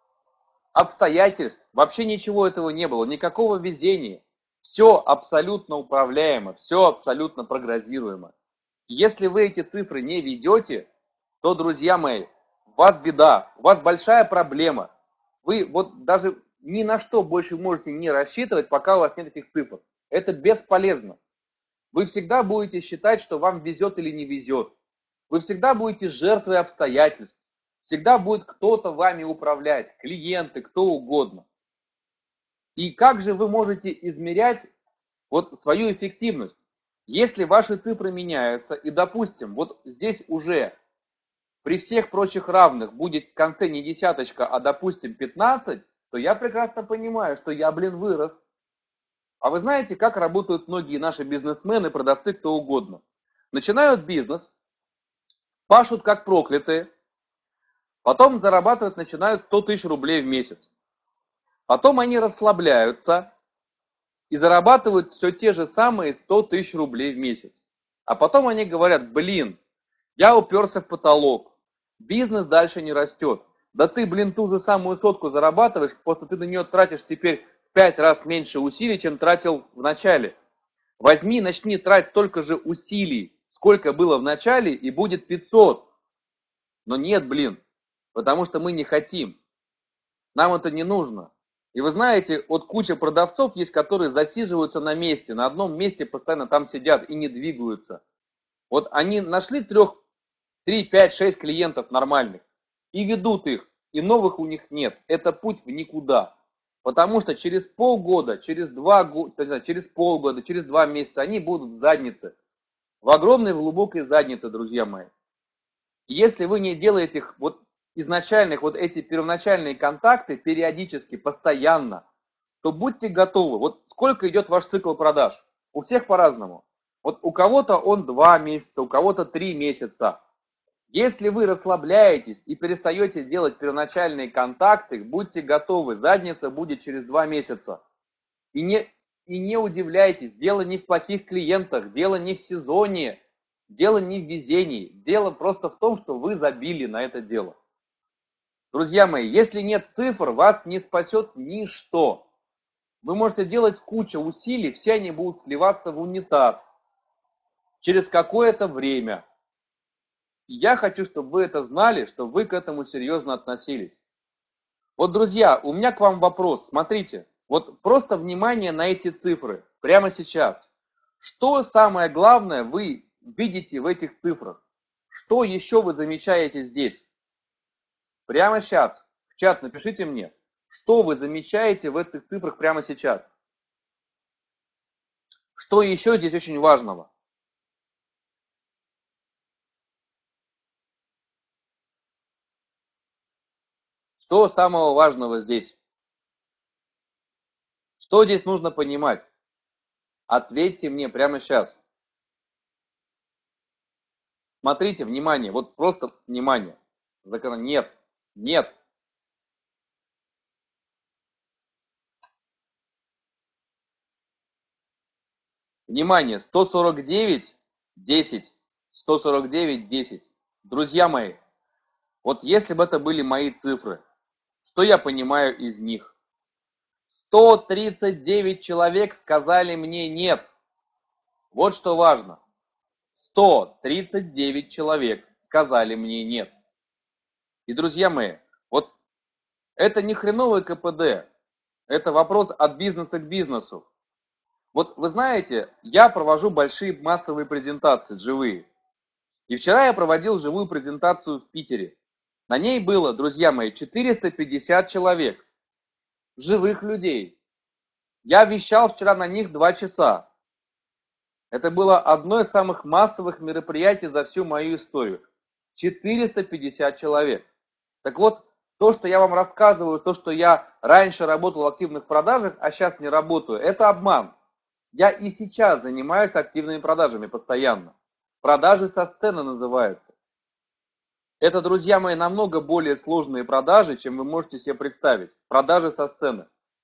обстоятельств, вообще ничего этого не было, никакого везения. Все абсолютно управляемо, все абсолютно прогнозируемо. Если вы эти цифры не ведете, то, друзья мои, у вас беда, у вас большая проблема. Вы вот даже ни на что больше можете не рассчитывать, пока у вас нет этих цифр. Это бесполезно. Вы всегда будете считать, что вам везет или не везет. Вы всегда будете жертвой обстоятельств. Всегда будет кто-то вами управлять, клиенты, кто угодно. И как же вы можете измерять вот свою эффективность? Если ваши цифры меняются, и, допустим, вот здесь уже при всех прочих равных будет в конце не десяточка, а, допустим, пятнадцать, то я прекрасно понимаю, что я, блин, вырос. А вы знаете, как работают многие наши бизнесмены, продавцы, кто угодно? Начинают бизнес, пашут как проклятые, потом зарабатывать начинают сто тысяч рублей в месяц. Потом они расслабляются и зарабатывают все те же самые сто тысяч рублей в месяц. А потом они говорят, блин, я уперся в потолок, бизнес дальше не растет. Да ты, блин, ту же самую сотку зарабатываешь, просто ты на нее тратишь теперь в пять раз меньше усилий, чем тратил в начале. Возьми, начни тратить столько же усилий, сколько было в начале, и будет пятьсот. Но нет, блин, потому что мы не хотим. Нам это не нужно. И вы знаете, вот куча продавцов есть, которые засиживаются на месте, на одном месте постоянно там сидят и не двигаются. Вот они нашли трех, три, пять, шесть клиентов нормальных и ведут их, и новых у них нет. Это путь в никуда. Потому что через полгода, через два года, через полгода, через два месяца они будут в заднице. В огромной, в глубокой заднице, друзья мои. И если вы не делаете вот изначальных, вот эти первоначальные контакты периодически, постоянно, то будьте готовы. Вот сколько идет ваш цикл продаж? У всех по-разному. Вот у кого-то он два месяца, у кого-то три месяца. Если вы расслабляетесь и перестаете делать первоначальные контакты, будьте готовы, задница будет через два месяца. И не, и не удивляйтесь, дело не в плохих клиентах, дело не в сезоне, дело не в везении, дело просто в том, что вы забили на это дело. Друзья мои, если нет цифр, вас не спасет ничто. Вы можете делать кучу усилий, все они будут сливаться в унитаз через какое-то время. Я хочу, чтобы вы это знали, чтобы вы к этому серьезно относились. Вот, друзья, у меня к вам вопрос. Смотрите, Вот просто внимание на эти цифры прямо сейчас. Что самое главное вы видите в этих цифрах? Что еще вы замечаете здесь? Прямо сейчас. В чат напишите мне, что вы замечаете в этих цифрах прямо сейчас. Что еще здесь очень важного? Что самого важного здесь? Что здесь нужно понимать? Ответьте мне прямо сейчас. Смотрите, внимание, вот просто внимание. Закона нет, нет. Внимание, сто сорок девять, десять, сто сорок девять, десять. Друзья мои, вот если бы это были мои цифры, что я понимаю из них? сто тридцать девять человек сказали мне нет. Вот что важно. сто тридцать девять человек сказали мне нет. И, друзья мои, вот это не хреновый ка пэ дэ, это вопрос от бизнеса к бизнесу. Вот вы знаете, я провожу большие массовые презентации, живые. И вчера я проводил живую презентацию в Питере. На ней было, друзья мои, четыреста пятьдесят человек, живых людей. Я вещал вчера на них два часа. Это было одно из самых массовых мероприятий за всю мою историю. четыреста пятьдесят человек. Так вот, то, что я вам рассказываю, то, что я раньше работал в активных продажах, а сейчас не работаю, это обман. Я и сейчас занимаюсь активными продажами постоянно. Продажи со сцены называется. Это, друзья мои, намного более сложные продажи, чем вы можете себе представить. Продажи со сцены.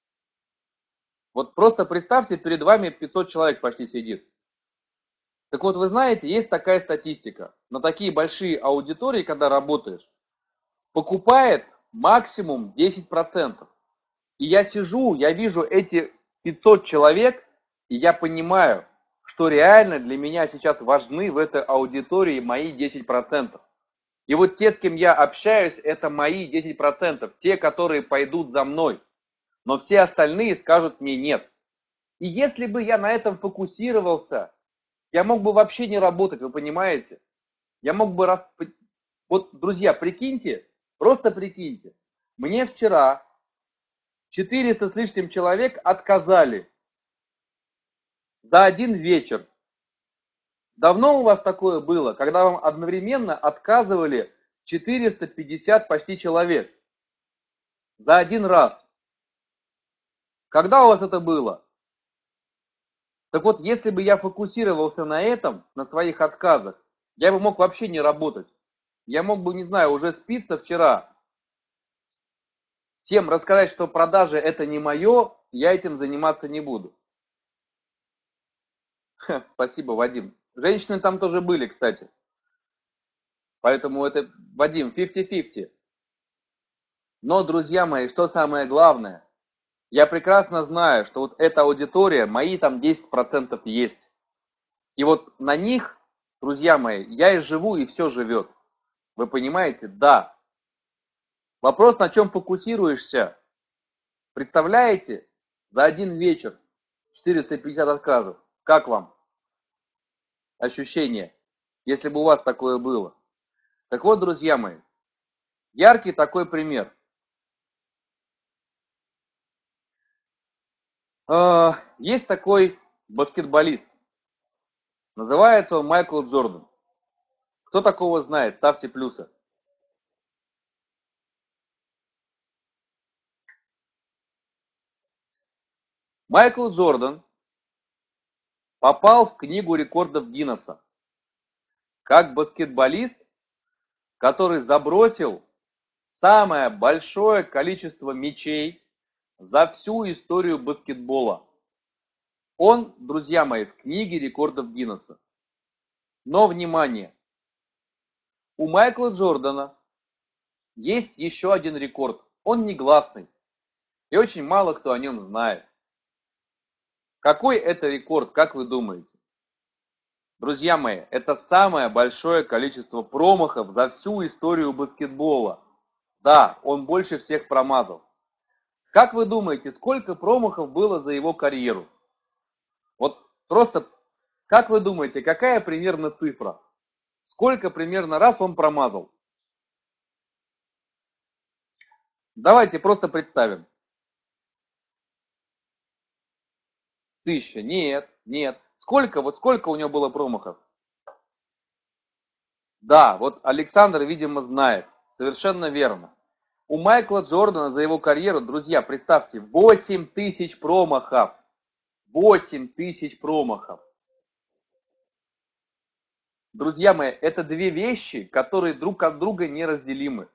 Вот просто представьте, перед вами пятьсот человек почти сидит. Так вот, вы знаете, есть такая статистика. На такие большие аудитории, когда работаешь, покупает максимум десять процентов. И я сижу, я вижу эти пятьсот человек, и я понимаю, что реально для меня сейчас важны в этой аудитории мои десять процентов. И вот те, с кем я общаюсь, это мои десять процентов, те, которые пойдут за мной. Но все остальные скажут мне нет. И если бы я на этом фокусировался, я мог бы вообще не работать, вы понимаете? Я мог бы... Рас... Вот, друзья, прикиньте, просто прикиньте. Мне вчера четыреста с лишним человек отказали за один вечер. Давно у вас такое было, когда вам одновременно отказывали четыреста пятьдесят почти человек за один раз? Когда у вас это было? Так вот, если бы я фокусировался на этом, на своих отказах, я бы мог вообще не работать. Я мог бы, не знаю, уже спиться вчера. Всем рассказать, что продажи это не мое, я этим заниматься не буду. Ха, спасибо, Вадим. Женщины там тоже были, кстати. Поэтому это, Вадим, пятьдесят на пятьдесят. Но, друзья мои, что самое главное, я прекрасно знаю, что вот эта аудитория, мои там десять процентов есть. И вот на них, друзья мои, я и живу, и все живет. Вы понимаете? Да. Вопрос, на чем фокусируешься. Представляете, за один вечер четыреста пятьдесят отказов. Как вам ощущение, если бы у вас такое было? Так вот, друзья мои, яркий такой пример. Есть такой баскетболист. Называется он Майкл Джордан. Кто такого знает? Ставьте плюсы. Майкл Джордан попал в книгу рекордов Гиннесса как баскетболист, который забросил самое большое количество мячей за всю историю баскетбола. Он, друзья мои, в книге рекордов Гиннесса. Но, внимание, у Майкла Джордана есть еще один рекорд. Он негласный. И очень мало кто о нем знает. Какой это рекорд, как вы думаете? Друзья мои, это самое большое количество промахов за всю историю баскетбола. Да, он больше всех промазал. Как вы думаете, сколько промахов было за его карьеру? Вот просто, как вы думаете, какая примерно цифра? Сколько примерно раз он промазал? Давайте просто представим. Тысяча. Нет, нет. Сколько, вот сколько у него было промахов? Да, вот Александр, видимо, знает. Совершенно верно. У Майкла Джордана за его карьеру, друзья, представьте, восемь тысяч промахов. восемь тысяч промахов. Друзья мои, это две вещи, которые друг от друга неразделимы.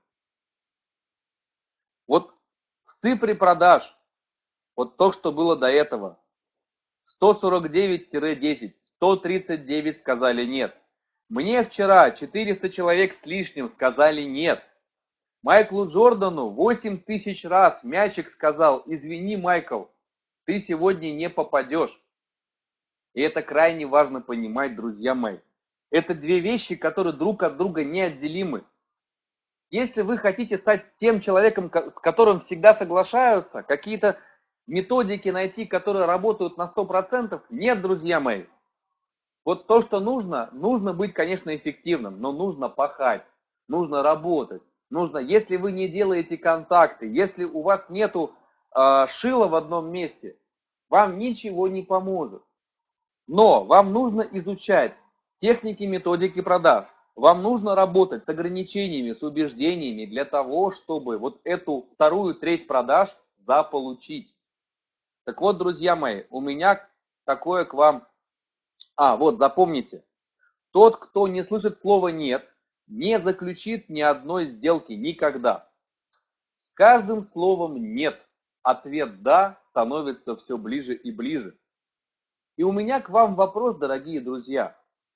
Вот в цифре продаж, вот то, что было до этого, сто сорок девять десять, сто тридцать девять сказали нет. Мне вчера четыреста человек с лишним сказали нет. Майклу Джордану восемь тысяч раз мячик сказал: извини, Майкл, ты сегодня не попадешь. И это крайне важно понимать, друзья мои. Это две вещи, которые друг от друга неотделимы. Если вы хотите стать тем человеком, с которым всегда соглашаются, какие-то методики найти, которые работают на сто процентов, нет, друзья мои. Вот то, что нужно, нужно быть, конечно, эффективным, но нужно пахать, нужно работать. Нужно, если вы не делаете контакты, если у вас нету э, шила в одном месте, вам ничего не поможет. Но вам нужно изучать техники, методики продаж. Вам нужно работать с ограничениями, с убеждениями для того, чтобы вот эту вторую треть продаж заполучить. Так вот, друзья мои, у меня такое к вам. А, вот, запомните. Тот, кто не слышит слова «нет», не заключит ни одной сделки никогда. С каждым словом «нет» ответ «да» становится все ближе и ближе. И у меня к вам вопрос, дорогие друзья.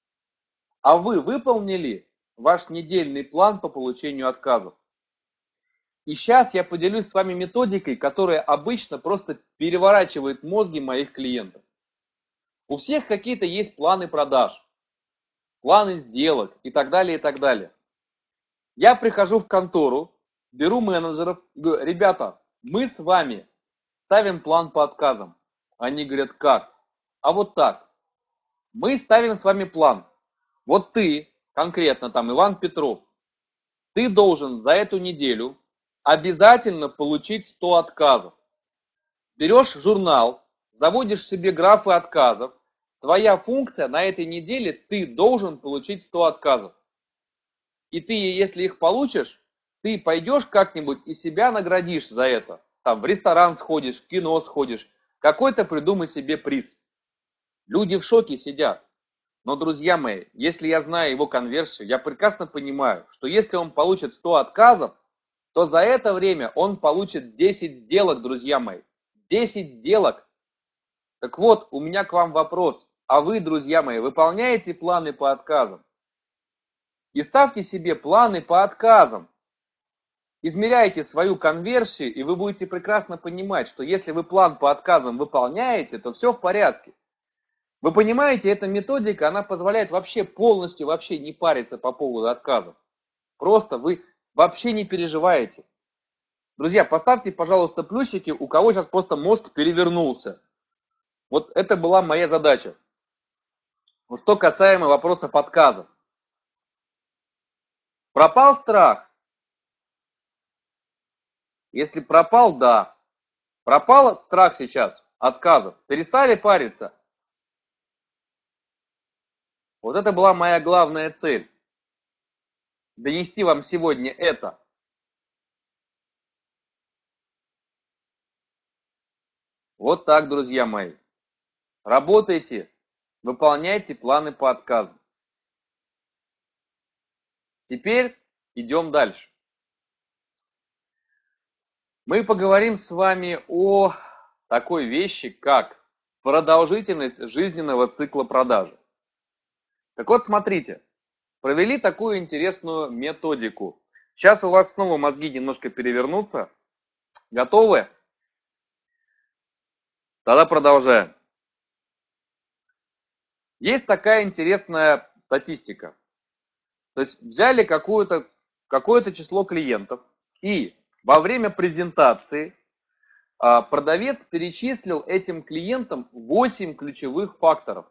А вы выполнили ваш недельный план по получению отказов? И сейчас я поделюсь с вами методикой, которая обычно просто переворачивает мозги моих клиентов. У всех какие-то есть планы продаж, планы сделок и так далее, и так далее. Я прихожу в контору, беру менеджеров и говорю: ребята, мы с вами ставим план по отказам. Они говорят: как? А вот так. Мы ставим с вами план. Вот ты, конкретно там Иван Петров, ты должен за эту неделю обязательно получить сто отказов. Берешь журнал, заводишь себе графы отказов. Твоя функция на этой неделе: ты должен получить сто отказов. И ты, если их получишь, ты пойдешь как-нибудь и себя наградишь за это. Там в ресторан сходишь, в кино сходишь, какой-то придумай себе приз. Люди в шоке сидят. Но, друзья мои, если я знаю его конверсию, я прекрасно понимаю, что если он получит сто отказов, то за это время он получит десять сделок, друзья мои. десять сделок. Так вот, у меня к вам вопрос. А вы, друзья мои, выполняете планы по отказам? И ставьте себе планы по отказам. Измеряйте свою конверсию, и вы будете прекрасно понимать, что если вы план по отказам выполняете, то все в порядке. Вы понимаете, эта методика, она позволяет вообще полностью вообще не париться по поводу отказов. Просто вы вообще не переживаете. Друзья, поставьте, пожалуйста, плюсики, у кого сейчас просто мозг перевернулся. Вот это была моя задача. Вот что касаемо вопросов отказов. Пропал страх? Если пропал, да. Пропал страх сейчас отказов. Перестали париться? Вот это была моя главная цель. Донести вам сегодня это. Вот так, друзья мои. Работайте, выполняйте планы по отказам. Теперь идем дальше. Мы поговорим с вами о такой вещи, как продолжительность жизненного цикла продажи. Так вот, смотрите, провели такую интересную методику. Сейчас у вас снова мозги немножко перевернутся. Готовы? Тогда продолжаем. Есть такая интересная статистика. То есть взяли какое-то какое-то число клиентов и во время презентации продавец перечислил этим клиентам восемь ключевых факторов.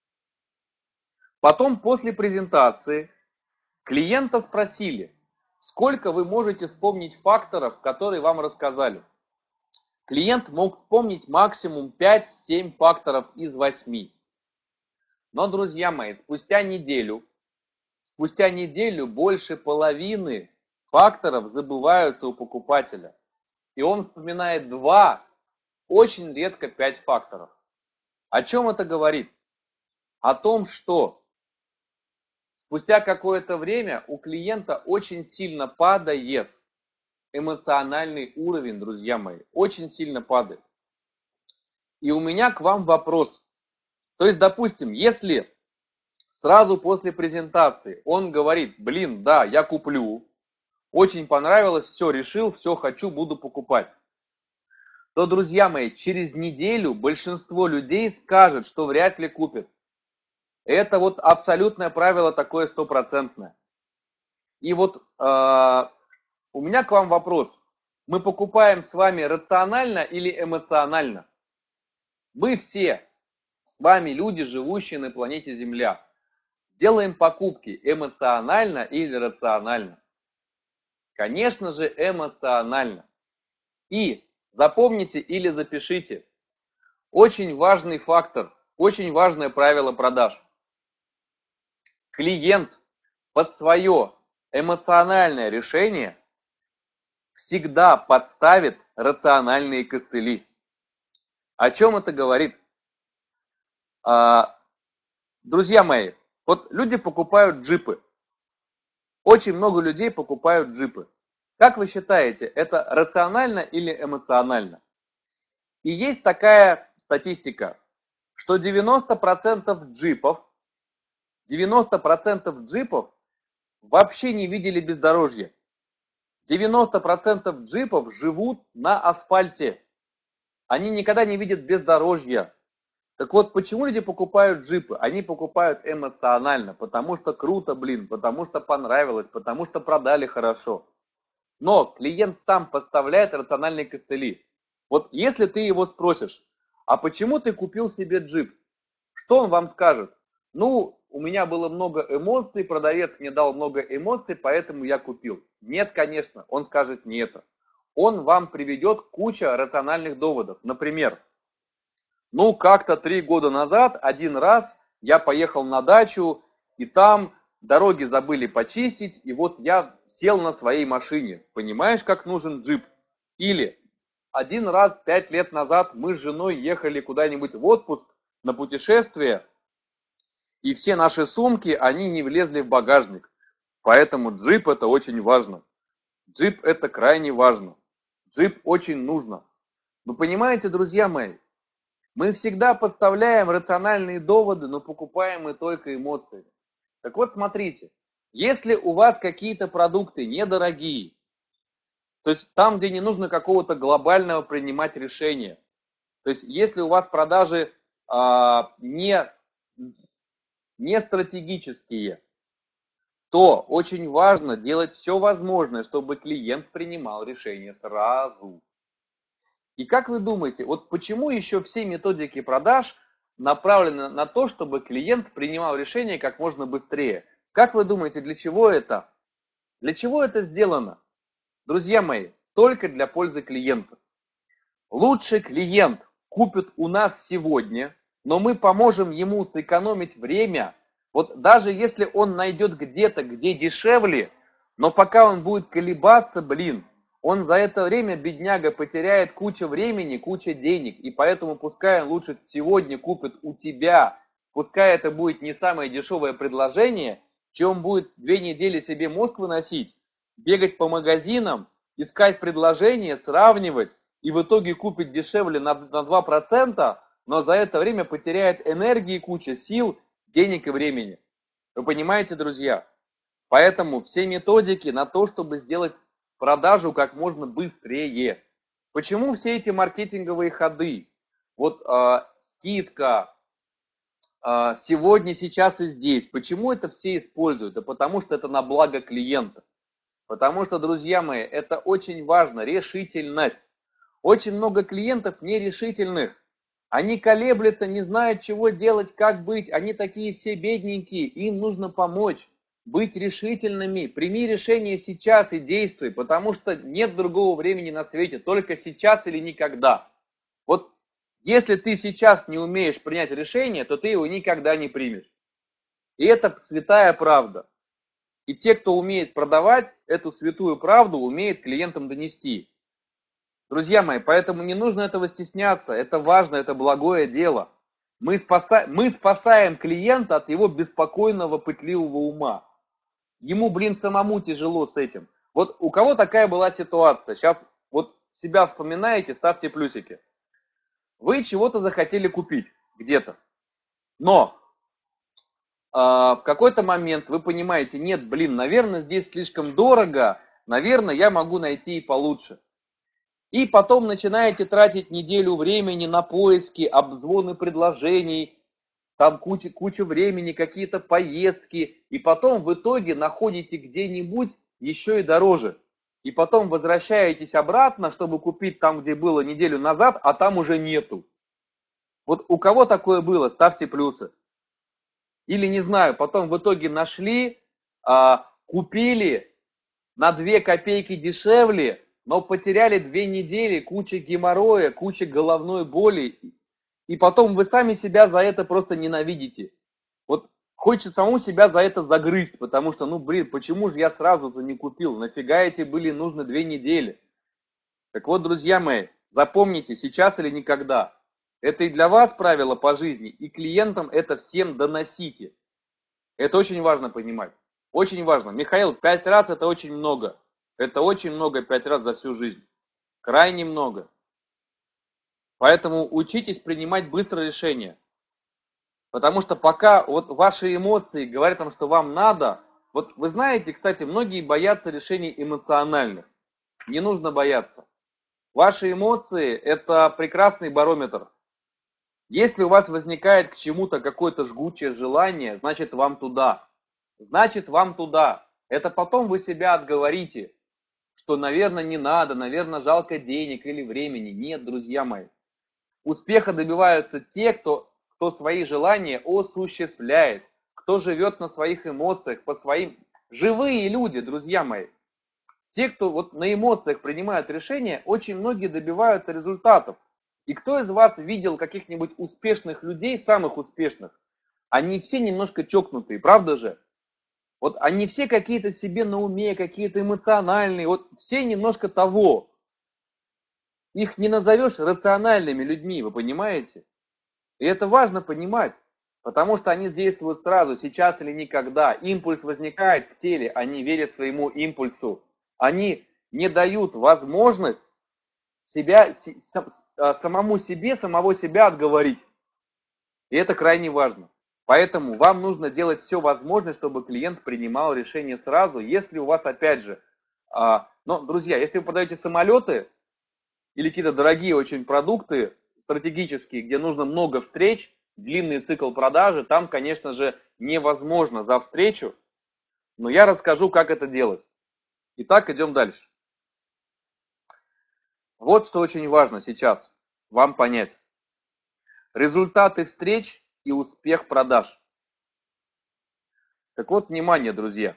Потом после презентации клиента спросили, сколько вы можете вспомнить факторов, которые вам рассказали. Клиент мог вспомнить максимум пять-семь факторов из восьми. Но, друзья мои, спустя неделю, спустя неделю больше половины факторов забываются у покупателя. И он вспоминает два, очень редко пять факторов. О чем это говорит? О том, что спустя какое-то время у клиента очень сильно падает эмоциональный уровень, друзья мои, очень сильно падает. И у меня к вам вопрос. То есть, допустим, если сразу после презентации он говорит, блин, да, я куплю, очень понравилось, все, решил, все, хочу, буду покупать, то, друзья мои, через неделю большинство людей скажет, что вряд ли купит. Это вот абсолютное правило такое стопроцентное. И вот э, у меня к вам вопрос. Мы покупаем с вами рационально или эмоционально? Мы все с вами люди, живущие на планете Земля. Делаем покупки эмоционально или рационально? Конечно же, эмоционально. И запомните или запишите. Очень важный фактор, очень важное правило продаж. Клиент под свое эмоциональное решение всегда подставит рациональные костыли. О чем это говорит? А, друзья мои, вот люди покупают джипы. Очень много людей покупают джипы. Как вы считаете, это рационально или эмоционально? И есть такая статистика, что девяносто процентов джипов, девяносто процентов джипов вообще не видели бездорожья. девяносто процентов джипов живут на асфальте. Они никогда не видят бездорожья. Так вот, почему люди покупают джипы? Они покупают эмоционально, потому что круто, блин, потому что понравилось, потому что продали хорошо. Но клиент сам подставляет рациональные костыли. Вот если ты его спросишь, а почему ты купил себе джип? Что он вам скажет? Ну, у меня было много эмоций, продавец мне дал много эмоций, поэтому я купил. Нет, конечно, он скажет не это. Он вам приведет кучу рациональных доводов. Например, ну, как-то три года назад, один раз, я поехал на дачу, и там дороги забыли почистить, и вот я сел на своей машине. Понимаешь, как нужен джип? Или один раз, пять лет назад, мы с женой ехали куда-нибудь в отпуск на путешествие, и все наши сумки, они не влезли в багажник. Поэтому джип это очень важно. Джип это крайне важно. Джип очень нужно. Вы понимаете, друзья мои? Мы всегда подставляем рациональные доводы, но покупаем мы только эмоции. Так вот, смотрите, если у вас какие-то продукты недорогие, то есть там, где не нужно какого-то глобального принимать решения, то есть если у вас продажи а, не, не стратегические, то очень важно делать все возможное, чтобы клиент принимал решение сразу. И как вы думаете, вот почему еще все методики продаж направлены на то, чтобы клиент принимал решение как можно быстрее? Как вы думаете, для чего это? Для чего это сделано? Друзья мои, только для пользы клиента. Лучший клиент купит у нас сегодня, но мы поможем ему сэкономить время. Вот даже если он найдет где-то, где дешевле, но пока он будет колебаться, блин, он за это время, бедняга, потеряет кучу времени, кучу денег. И поэтому пускай он лучше сегодня купит у тебя. Пускай это будет не самое дешевое предложение, чем будет две недели себе мозг выносить, бегать по магазинам, искать предложения, сравнивать и в итоге купить дешевле на, на два процента, но за это время потеряет энергии, куча сил, денег и времени. Вы понимаете, друзья? Поэтому все методики на то, чтобы сделать продажу как можно быстрее. Почему все эти маркетинговые ходы? Вот э, скидка, э, сегодня, сейчас и здесь. Почему это все используют? Да потому что это на благо клиента. Потому что, друзья мои, это очень важно, решительность. Очень много клиентов нерешительных. Они колеблются, не знают, чего делать, как быть. Они такие все бедненькие, им нужно помочь. Быть решительными. Прими решение сейчас и действуй, потому что нет другого времени на свете, только сейчас или никогда. Вот если ты сейчас не умеешь принять решение, то ты его никогда не примешь. И это святая правда. И те, кто умеет продавать, эту святую правду умеет клиентам донести. Друзья мои, поэтому не нужно этого стесняться. Это важно, это благое дело. Мы, спаса... мы спасаем клиента от его беспокойного, пытливого ума. Ему, блин, самому тяжело с этим. Вот у кого такая была ситуация? Сейчас вот себя вспоминаете, ставьте плюсики. Вы чего-то захотели купить где-то. Но э, в какой-то момент вы понимаете, нет, блин, наверное, здесь слишком дорого, наверное, я могу найти и получше. И потом начинаете тратить неделю времени на поиски, обзвоны предложений, там куча, куча времени, какие-то поездки, и потом в итоге находите где-нибудь еще и дороже. И потом возвращаетесь обратно, чтобы купить там, где было неделю назад, а там уже нету. Вот у кого такое было, ставьте плюсы. Или, не знаю, потом в итоге нашли, а, купили на две копейки дешевле, но потеряли две недели, куча геморроя, куча головной боли, и потом вы сами себя за это просто ненавидите. Вот хочется самому себя за это загрызть, потому что, ну, блин, почему же я сразу-то не купил? Нафига эти были нужны две недели? Так вот, друзья мои, запомните, сейчас или никогда. Это и для вас правило по жизни, и клиентам это всем доносите. Это очень важно понимать. Очень важно. Михаил, пять раз это очень много. Это очень много, пять раз за всю жизнь. Крайне много. Поэтому учитесь принимать быстрое решение. Потому что пока вот ваши эмоции говорят вам, что вам надо, вот вы знаете, кстати, многие боятся решений эмоциональных. Не нужно бояться. Ваши эмоции – это прекрасный барометр. Если у вас возникает к чему-то какое-то жгучее желание, значит вам туда. Значит вам туда. Это потом вы себя отговорите, что, наверное, не надо, наверное, жалко денег или времени. Нет, друзья мои. Успеха добиваются те, кто, кто свои желания осуществляет, кто живет на своих эмоциях, по своим... Живые люди, друзья мои. Те, кто вот на эмоциях принимают решения, очень многие добиваются результатов. И кто из вас видел каких-нибудь успешных людей, самых успешных? Они все немножко чокнутые, правда же? Вот они все какие-то себе на уме, какие-то эмоциональные, вот все немножко того. Их не назовешь рациональными людьми, вы понимаете? И это важно понимать, потому что они действуют сразу, сейчас или никогда. Импульс возникает в теле, они верят своему импульсу. Они не дают возможность себя, самому себе, самого себя отговорить. И это крайне важно. Поэтому вам нужно делать все возможное, чтобы клиент принимал решение сразу. Если у вас, опять же, а, но, друзья, если вы продаете самолеты или какие-то дорогие очень продукты стратегические, где нужно много встреч, длинный цикл продажи, там, конечно же, невозможно за встречу. Но я расскажу, как это делать. Итак, идем дальше. Вот что очень важно сейчас вам понять. Результаты встреч и успех продаж. Так вот, внимание, друзья.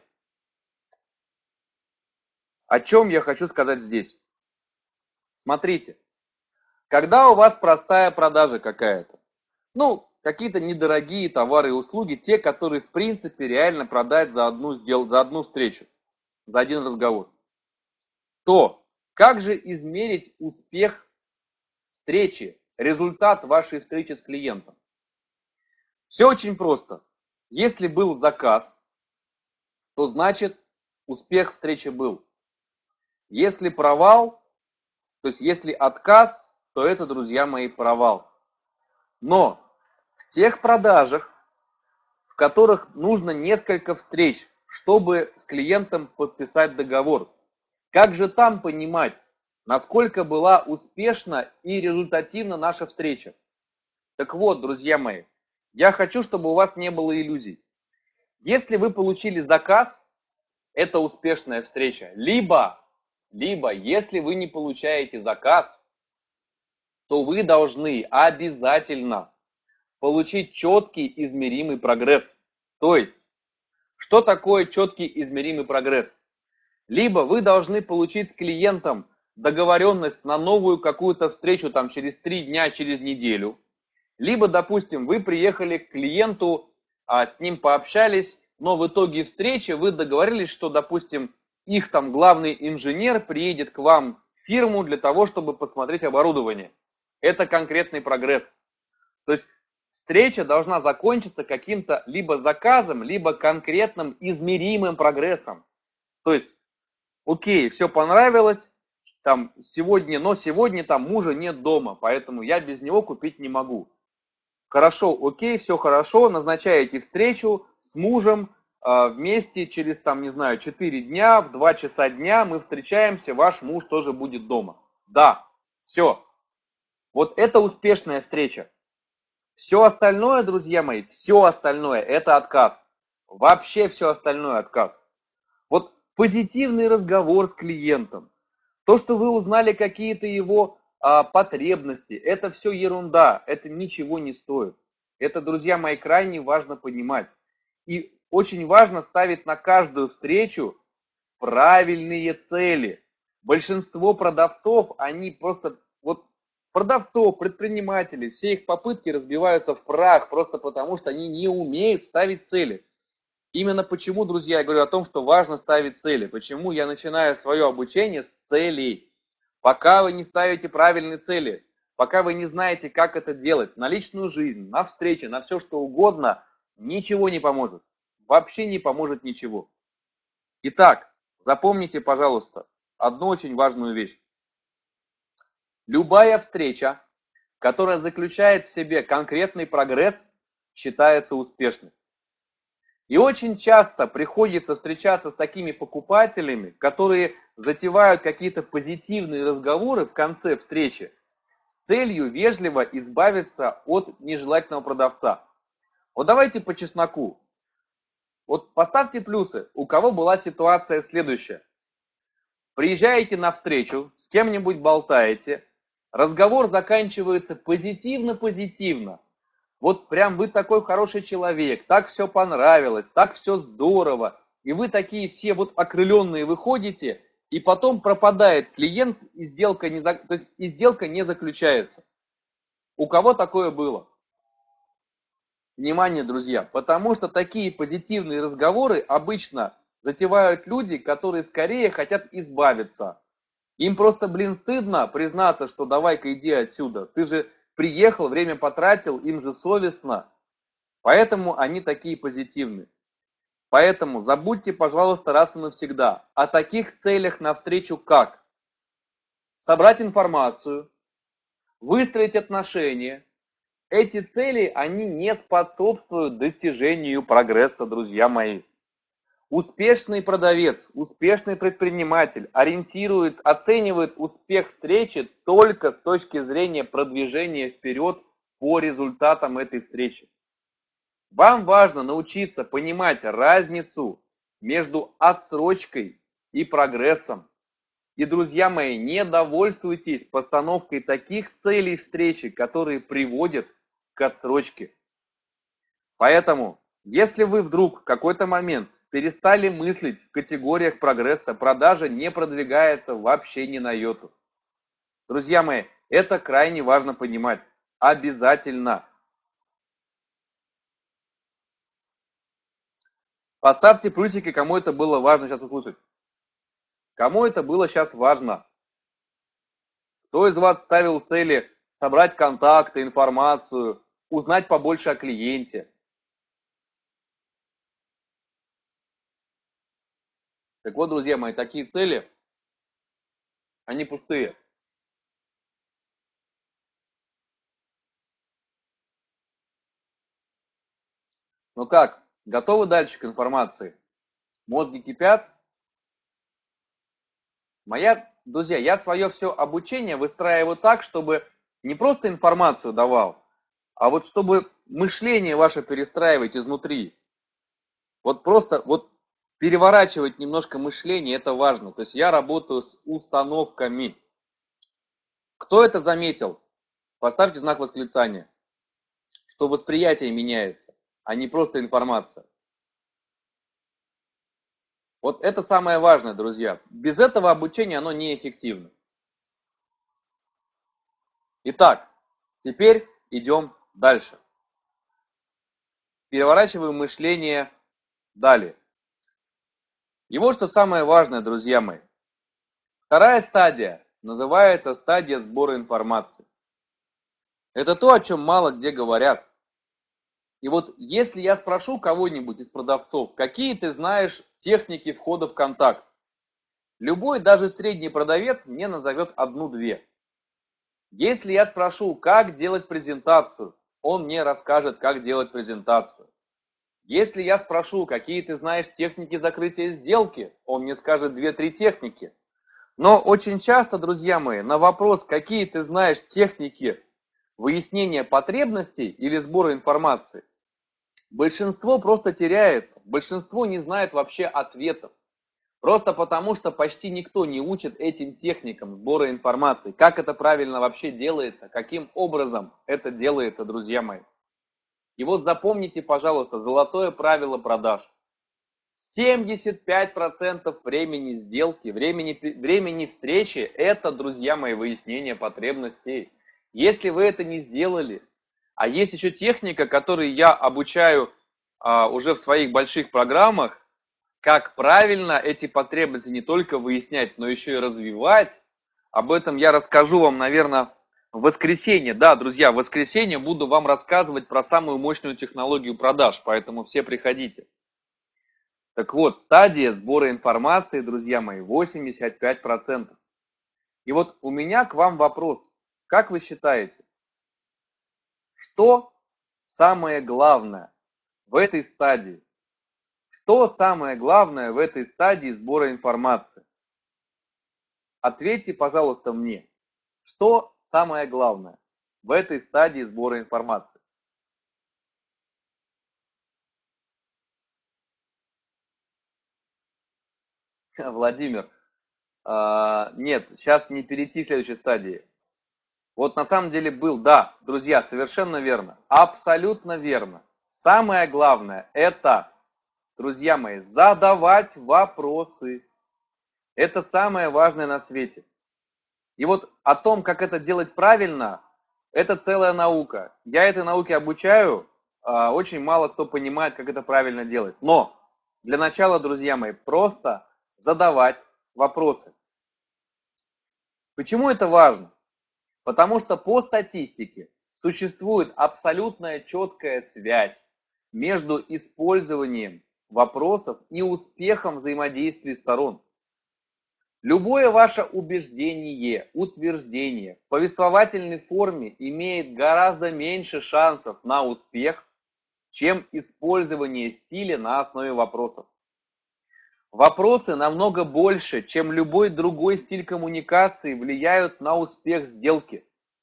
О чем я хочу сказать здесь? Смотрите, когда у вас простая продажа какая-то, ну, какие-то недорогие товары и услуги, те, которые в принципе реально продать за одну, сделать, за одну встречу, за один разговор, то как же измерить успех встречи, результат вашей встречи с клиентом? Все очень просто. Если был заказ, то значит успех встречи был. Если провал, то есть если отказ, то это, друзья мои, провал. Но в тех продажах, в которых нужно несколько встреч, чтобы с клиентом подписать договор, как же там понимать, насколько была успешна и результативна наша встреча? Так вот, друзья мои, я хочу, чтобы у вас не было иллюзий. Если вы получили заказ, это успешная встреча. Либо, либо, если вы не получаете заказ, то вы должны обязательно получить четкий измеримый прогресс. То есть, что такое четкий измеримый прогресс? Либо вы должны получить с клиентом договоренность на новую какую-то встречу там через три дня, через неделю. Либо, допустим, вы приехали к клиенту, а с ним пообщались, но в итоге встречи вы договорились, что, допустим, их там главный инженер приедет к вам в фирму для того, чтобы посмотреть оборудование. Это конкретный прогресс. То есть встреча должна закончиться каким-то либо заказом, либо конкретным измеримым прогрессом. То есть, окей, все понравилось, там сегодня, но сегодня там мужа нет дома, поэтому я без него купить не могу. Хорошо, окей, все хорошо, назначаете встречу с мужем э, вместе через, там, не знаю, четыре дня, в два часа дня мы встречаемся, ваш муж тоже будет дома. Да, все. Вот это успешная встреча. Все остальное, друзья мои, все остальное это отказ. Вообще все остальное отказ. Вот позитивный разговор с клиентом, то, что вы узнали какие-то его а, потребности, это все ерунда, это ничего не стоит. Это, друзья мои, крайне важно понимать. И очень важно ставить на каждую встречу правильные цели. Большинство продавцов, они просто, вот продавцов, предпринимателей, все их попытки разбиваются в прах просто потому, что они не умеют ставить цели. Именно почему, друзья, я говорю о том, что важно ставить цели. Почему я начинаю свое обучение с целей. Пока вы не ставите правильные цели, пока вы не знаете, как это делать, на личную жизнь, на встречи, на все что угодно, ничего не поможет. Вообще не поможет ничего. Итак, запомните, пожалуйста, одну очень важную вещь. Любая встреча, которая заключает в себе конкретный прогресс, считается успешной. И очень часто приходится встречаться с такими покупателями, которые затевают какие-то позитивные разговоры в конце встречи с целью вежливо избавиться от нежелательного продавца. Вот давайте по чесноку. Вот поставьте плюсы, у кого была ситуация следующая. Приезжаете на встречу, с кем-нибудь болтаете, разговор заканчивается позитивно-позитивно. Вот прям вы такой хороший человек, так все понравилось, так все здорово. И вы такие все вот окрыленные выходите, и потом пропадает клиент, и сделка не, за... то есть и сделка не заключается. У кого такое было? Внимание, друзья, потому что такие позитивные разговоры обычно затевают люди, которые скорее хотят избавиться. Им просто, блин, стыдно признаться, что давай-ка иди отсюда. Ты же приехал, время потратил, им же совестно. Поэтому они такие позитивные. Поэтому забудьте, пожалуйста, раз и навсегда о таких целях навстречу, как собрать информацию, выстроить отношения. Эти цели, они не способствуют достижению прогресса, друзья мои. Успешный продавец, успешный предприниматель ориентирует, оценивает успех встречи только с точки зрения продвижения вперед по результатам этой встречи. Вам важно научиться понимать разницу между отсрочкой и прогрессом. И, друзья мои, не довольствуйтесь постановкой таких целей встречи, которые приводят к отсрочке. Поэтому, если вы вдруг в какой-то момент перестали мыслить в категориях прогресса, продажа не продвигается вообще ни на йоту. Друзья мои, это крайне важно понимать. Обязательно. Поставьте плюсики, кому это было важно сейчас услышать. Кому это было сейчас важно? Кто из вас ставил цели собрать контакты, информацию, узнать побольше о клиенте? Так вот, друзья мои, такие цели, они пустые. Ну как, готовы дальше к информации? Мозги кипят? Моя, друзья, я свое все обучение выстраиваю так, чтобы не просто информацию давал, а вот чтобы мышление ваше перестраивать изнутри. Вот просто вот переворачивать немножко мышление, это важно. То есть я работаю с установками. Кто это заметил? Поставьте знак восклицания, что восприятие меняется, а не просто информация. Вот это самое важное, друзья. Без этого обучения оно неэффективно. Итак, теперь идем дальше. Переворачиваем мышление далее. И вот что самое важное, друзья мои. Вторая стадия называется стадия сбора информации. Это то, о чем мало где говорят. И вот если я спрошу кого-нибудь из продавцов, какие ты знаешь техники входа в контакт, любой, даже средний продавец мне назовет одну-две. Если я спрошу, как делать презентацию, он мне расскажет, как делать презентацию. Если я спрошу, какие ты знаешь техники закрытия сделки, он мне скажет две-три техники. Но очень часто, друзья мои, на вопрос, какие ты знаешь техники выяснения потребностей или сбора информации, большинство просто теряется, большинство не знает вообще ответов. Просто потому, что почти никто не учит этим техникам сбора информации, как это правильно вообще делается, каким образом это делается, друзья мои. И вот запомните, пожалуйста, золотое правило продаж. семьдесят пять процентов времени сделки, времени, времени встречи, это, друзья мои, выяснение потребностей. Если вы это не сделали, а есть еще техника, которую я обучаю а, уже в своих больших программах, как правильно эти потребности не только выяснять, но еще и развивать, об этом я расскажу вам, наверное, в воскресенье. Да, друзья, в воскресенье буду вам рассказывать про самую мощную технологию продаж, поэтому все приходите. Так вот, стадия сбора информации, друзья мои, восемьдесят пять процентов. И вот у меня к вам вопрос. Как вы считаете, что самое главное в этой стадии? Что самое главное в этой стадии сбора информации? Ответьте, пожалуйста, мне. Что самое главное в этой стадии сбора информации? Владимир, а, нет, сейчас не перейти к следующей стадии. Вот на самом деле был, да, друзья, совершенно верно, абсолютно верно. Самое главное это, друзья мои, задавать вопросы. Это самое важное на свете. И вот о том, как это делать правильно, это целая наука. Я этой науке обучаю, а, очень мало кто понимает, как это правильно делать. Но для начала, друзья мои, просто задавать вопросы. Почему это важно? Потому что по статистике существует абсолютная четкая связь между использованием вопросов и успехом взаимодействия сторон. Любое ваше убеждение, утверждение в повествовательной форме имеет гораздо меньше шансов на успех, чем использование стиля на основе вопросов. Вопросы намного больше, чем любой другой стиль коммуникации, влияют на успех сделки.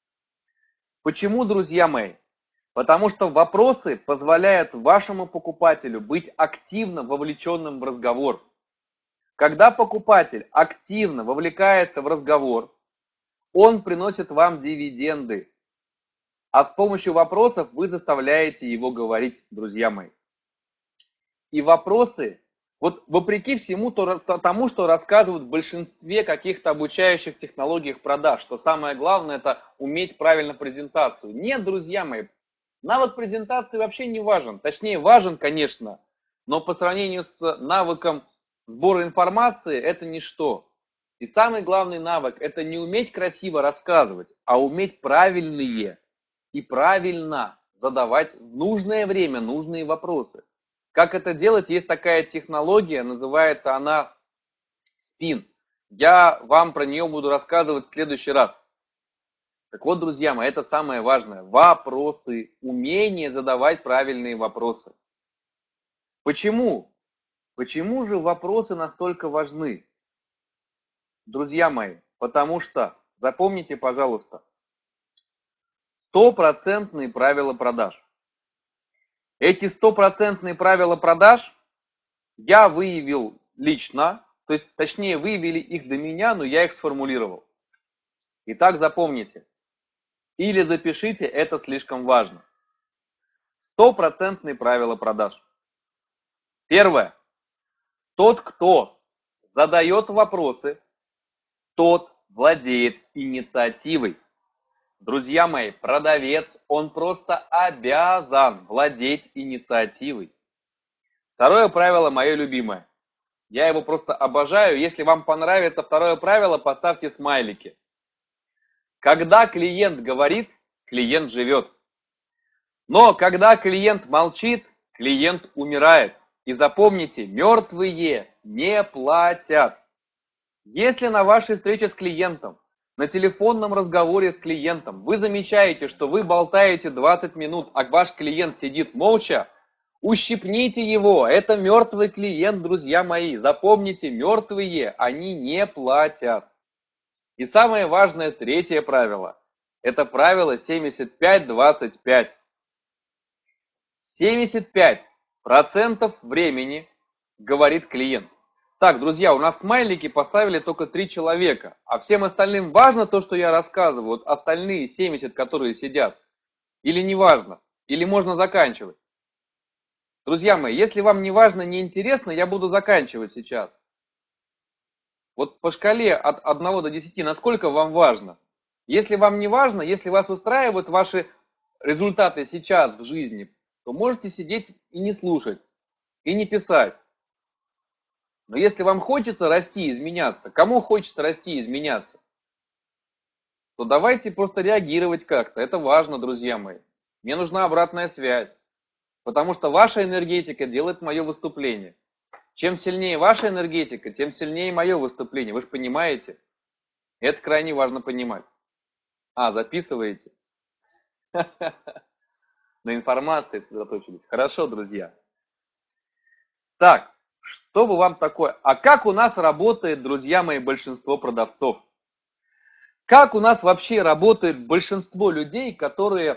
Почему, друзья мои? Потому что вопросы позволяют вашему покупателю быть активно вовлеченным в разговор. Когда покупатель активно вовлекается в разговор, он приносит вам дивиденды. А с помощью вопросов вы заставляете его говорить, друзья мои. И вопросы, вот вопреки всему тому, что рассказывают в большинстве каких-то обучающих технологиях продаж, что самое главное это уметь правильно презентацию. Нет, друзья мои, навык презентации вообще не важен. Точнее, важен, конечно, но по сравнению с навыком сбора информации это ничто. И самый главный навык это не уметь красиво рассказывать, а уметь правильные и правильно задавать в нужное время нужные вопросы. Как это делать? Есть такая технология, называется она спин. Я вам про нее буду рассказывать в следующий раз. Так вот, друзья мои, это самое важное. Вопросы. Умение задавать правильные вопросы. Почему? Почему же вопросы настолько важны? Друзья мои, потому что, запомните, пожалуйста, стопроцентные правила продаж. Эти стопроцентные правила продаж я выявил лично, то есть, точнее, выявили их до меня, но я их сформулировал. Итак, запомните. или запишите, это слишком важно. Стопроцентные правила продаж. Первое. Тот, кто задает вопросы, тот владеет инициативой. Друзья мои, продавец, он просто обязан владеть инициативой. Второе правило мое любимое. Я его просто обожаю. Если вам понравится второе правило, поставьте смайлики. Когда клиент говорит, клиент живет. Но когда клиент молчит, клиент умирает. И запомните, мертвые не платят. Если на вашей встрече с клиентом, на телефонном разговоре с клиентом, вы замечаете, что вы болтаете двадцать минут, а ваш клиент сидит молча, ущипните его. Это мертвый клиент, друзья мои. Запомните, мертвые, они не платят. И самое важное, третье правило. Это правило семьдесят пять двадцать пять. семьдесят пять процентов времени говорит клиент. Так, друзья, у нас смайлики поставили только три человека, а всем остальным важно то, что я рассказываю, вот остальные семьдесят, которые сидят, или не важно, или можно заканчивать. Друзья мои, если вам не важно, не интересно, я буду заканчивать сейчас. Вот по шкале от одного до десяти, насколько вам важно? Если вам не важно, если вас устраивают ваши результаты сейчас в жизни, то можете сидеть и не слушать, и не писать. Но если вам хочется расти, изменяться, кому хочется расти, изменяться, то давайте просто реагировать как-то. Это важно, друзья мои. Мне нужна обратная связь, потому что ваша энергетика делает мое выступление. Чем сильнее ваша энергетика, тем сильнее мое выступление. Вы же понимаете? Это крайне важно понимать. А, записываете? На информации сосредоточились. Хорошо, друзья. Так, что бы вам такое? А как у нас работает, друзья мои, большинство продавцов? Как у нас вообще работает большинство людей, которые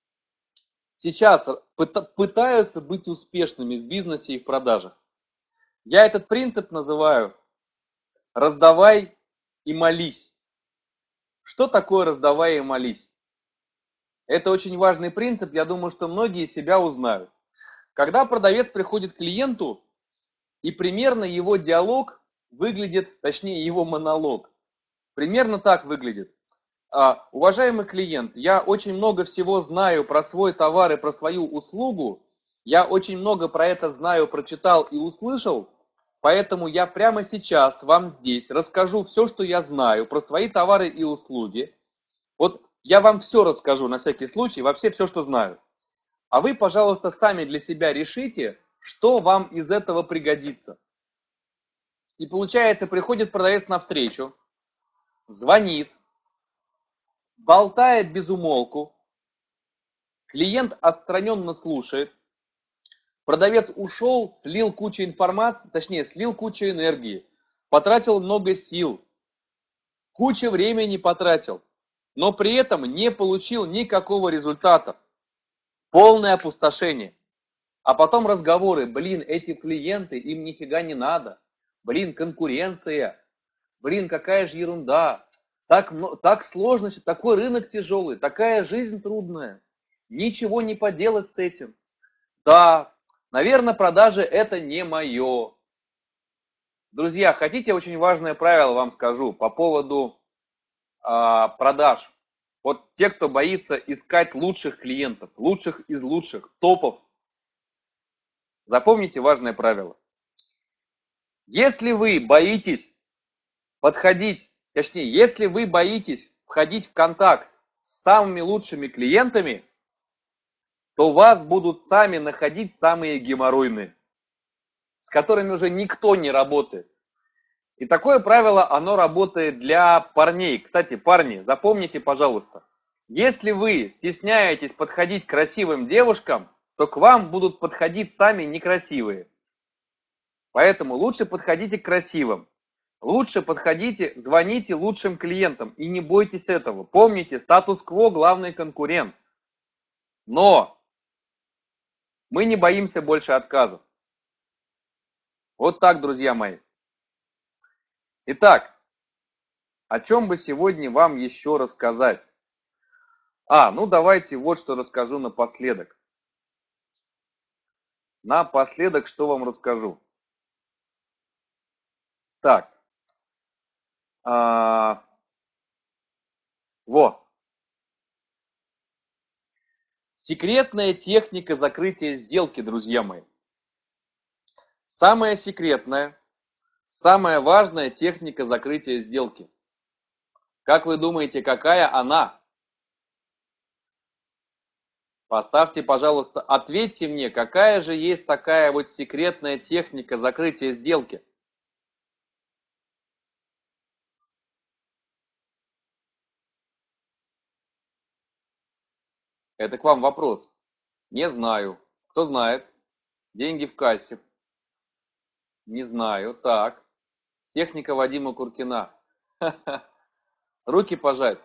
сейчас пытаются быть успешными в бизнесе и в продажах? Я этот принцип называю «раздавай и молись». Что такое «раздавай и молись»? Это очень важный принцип, я думаю, что многие себя узнают. Когда продавец приходит к клиенту, и примерно его диалог выглядит, точнее его монолог, примерно так выглядит. А, уважаемый клиент, я очень много всего знаю про свой товар и про свою услугу, я очень много про это знаю, прочитал и услышал, поэтому я прямо сейчас вам здесь расскажу все, что я знаю про свои товары и услуги. Вот я вам все расскажу на всякий случай, вообще все, что знаю. А вы, пожалуйста, сами для себя решите, что вам из этого пригодится. И получается, приходит продавец навстречу, звонит, болтает без умолку, клиент отстраненно слушает, продавец ушел, слил кучу информации, точнее, слил кучу энергии, потратил много сил, кучу времени потратил, но при этом не получил никакого результата. Полное опустошение. А потом разговоры, блин, эти клиенты, им нифига не надо, блин, конкуренция, блин, какая же ерунда, так, так сложно, такой рынок тяжелый, такая жизнь трудная, ничего не поделать с этим. Да, наверное, продажи это не мое. Друзья, хотите, очень важное правило вам скажу по поводу а, продаж. Вот те, кто боится искать лучших клиентов, лучших из лучших, топов, запомните важное правило. Если вы боитесь подходить, точнее, если вы боитесь входить в контакт с самыми лучшими клиентами, то вас будут сами находить самые геморройные, с которыми уже никто не работает. И такое правило, оно работает для парней. Кстати, парни, запомните, пожалуйста, если вы стесняетесь подходить к красивым девушкам, то к вам будут подходить сами некрасивые. Поэтому лучше подходите к красивым. Лучше подходите, звоните лучшим клиентам и не бойтесь этого. Помните, статус-кво главный конкурент. Но мы не боимся больше отказов. Вот так, друзья мои. Итак, о чем бы сегодня вам еще рассказать? А, ну давайте вот что расскажу напоследок. Напоследок что вам расскажу? Так, а, во. Секретная техника закрытия сделки, друзья мои. Самая секретная, самая важная техника закрытия сделки. Как вы думаете, какая она? Поставьте, пожалуйста, ответьте мне, какая же есть такая вот секретная техника закрытия сделки? Это к вам вопрос. Не знаю. Кто знает? Деньги в кассе. Не знаю. Так. Техника Вадима Куркина. Руки пожать.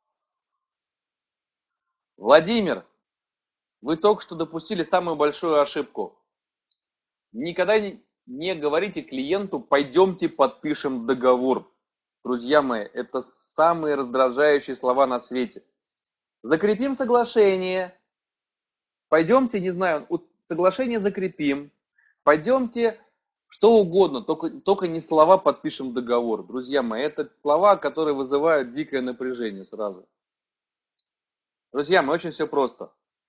Владимир, вы только что допустили самую большую ошибку. Никогда не, не говорите клиенту, пойдемте подпишем договор. Друзья мои, это самые раздражающие слова на свете. Закрепим соглашение. Пойдемте, не знаю, соглашение закрепим. Пойдемте что угодно, только, только не слова подпишем договор. Друзья мои, это слова, которые вызывают дикое напряжение сразу. Друзья мои, очень все просто.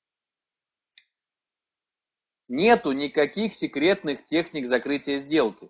Нету никаких секретных техник закрытия сделки.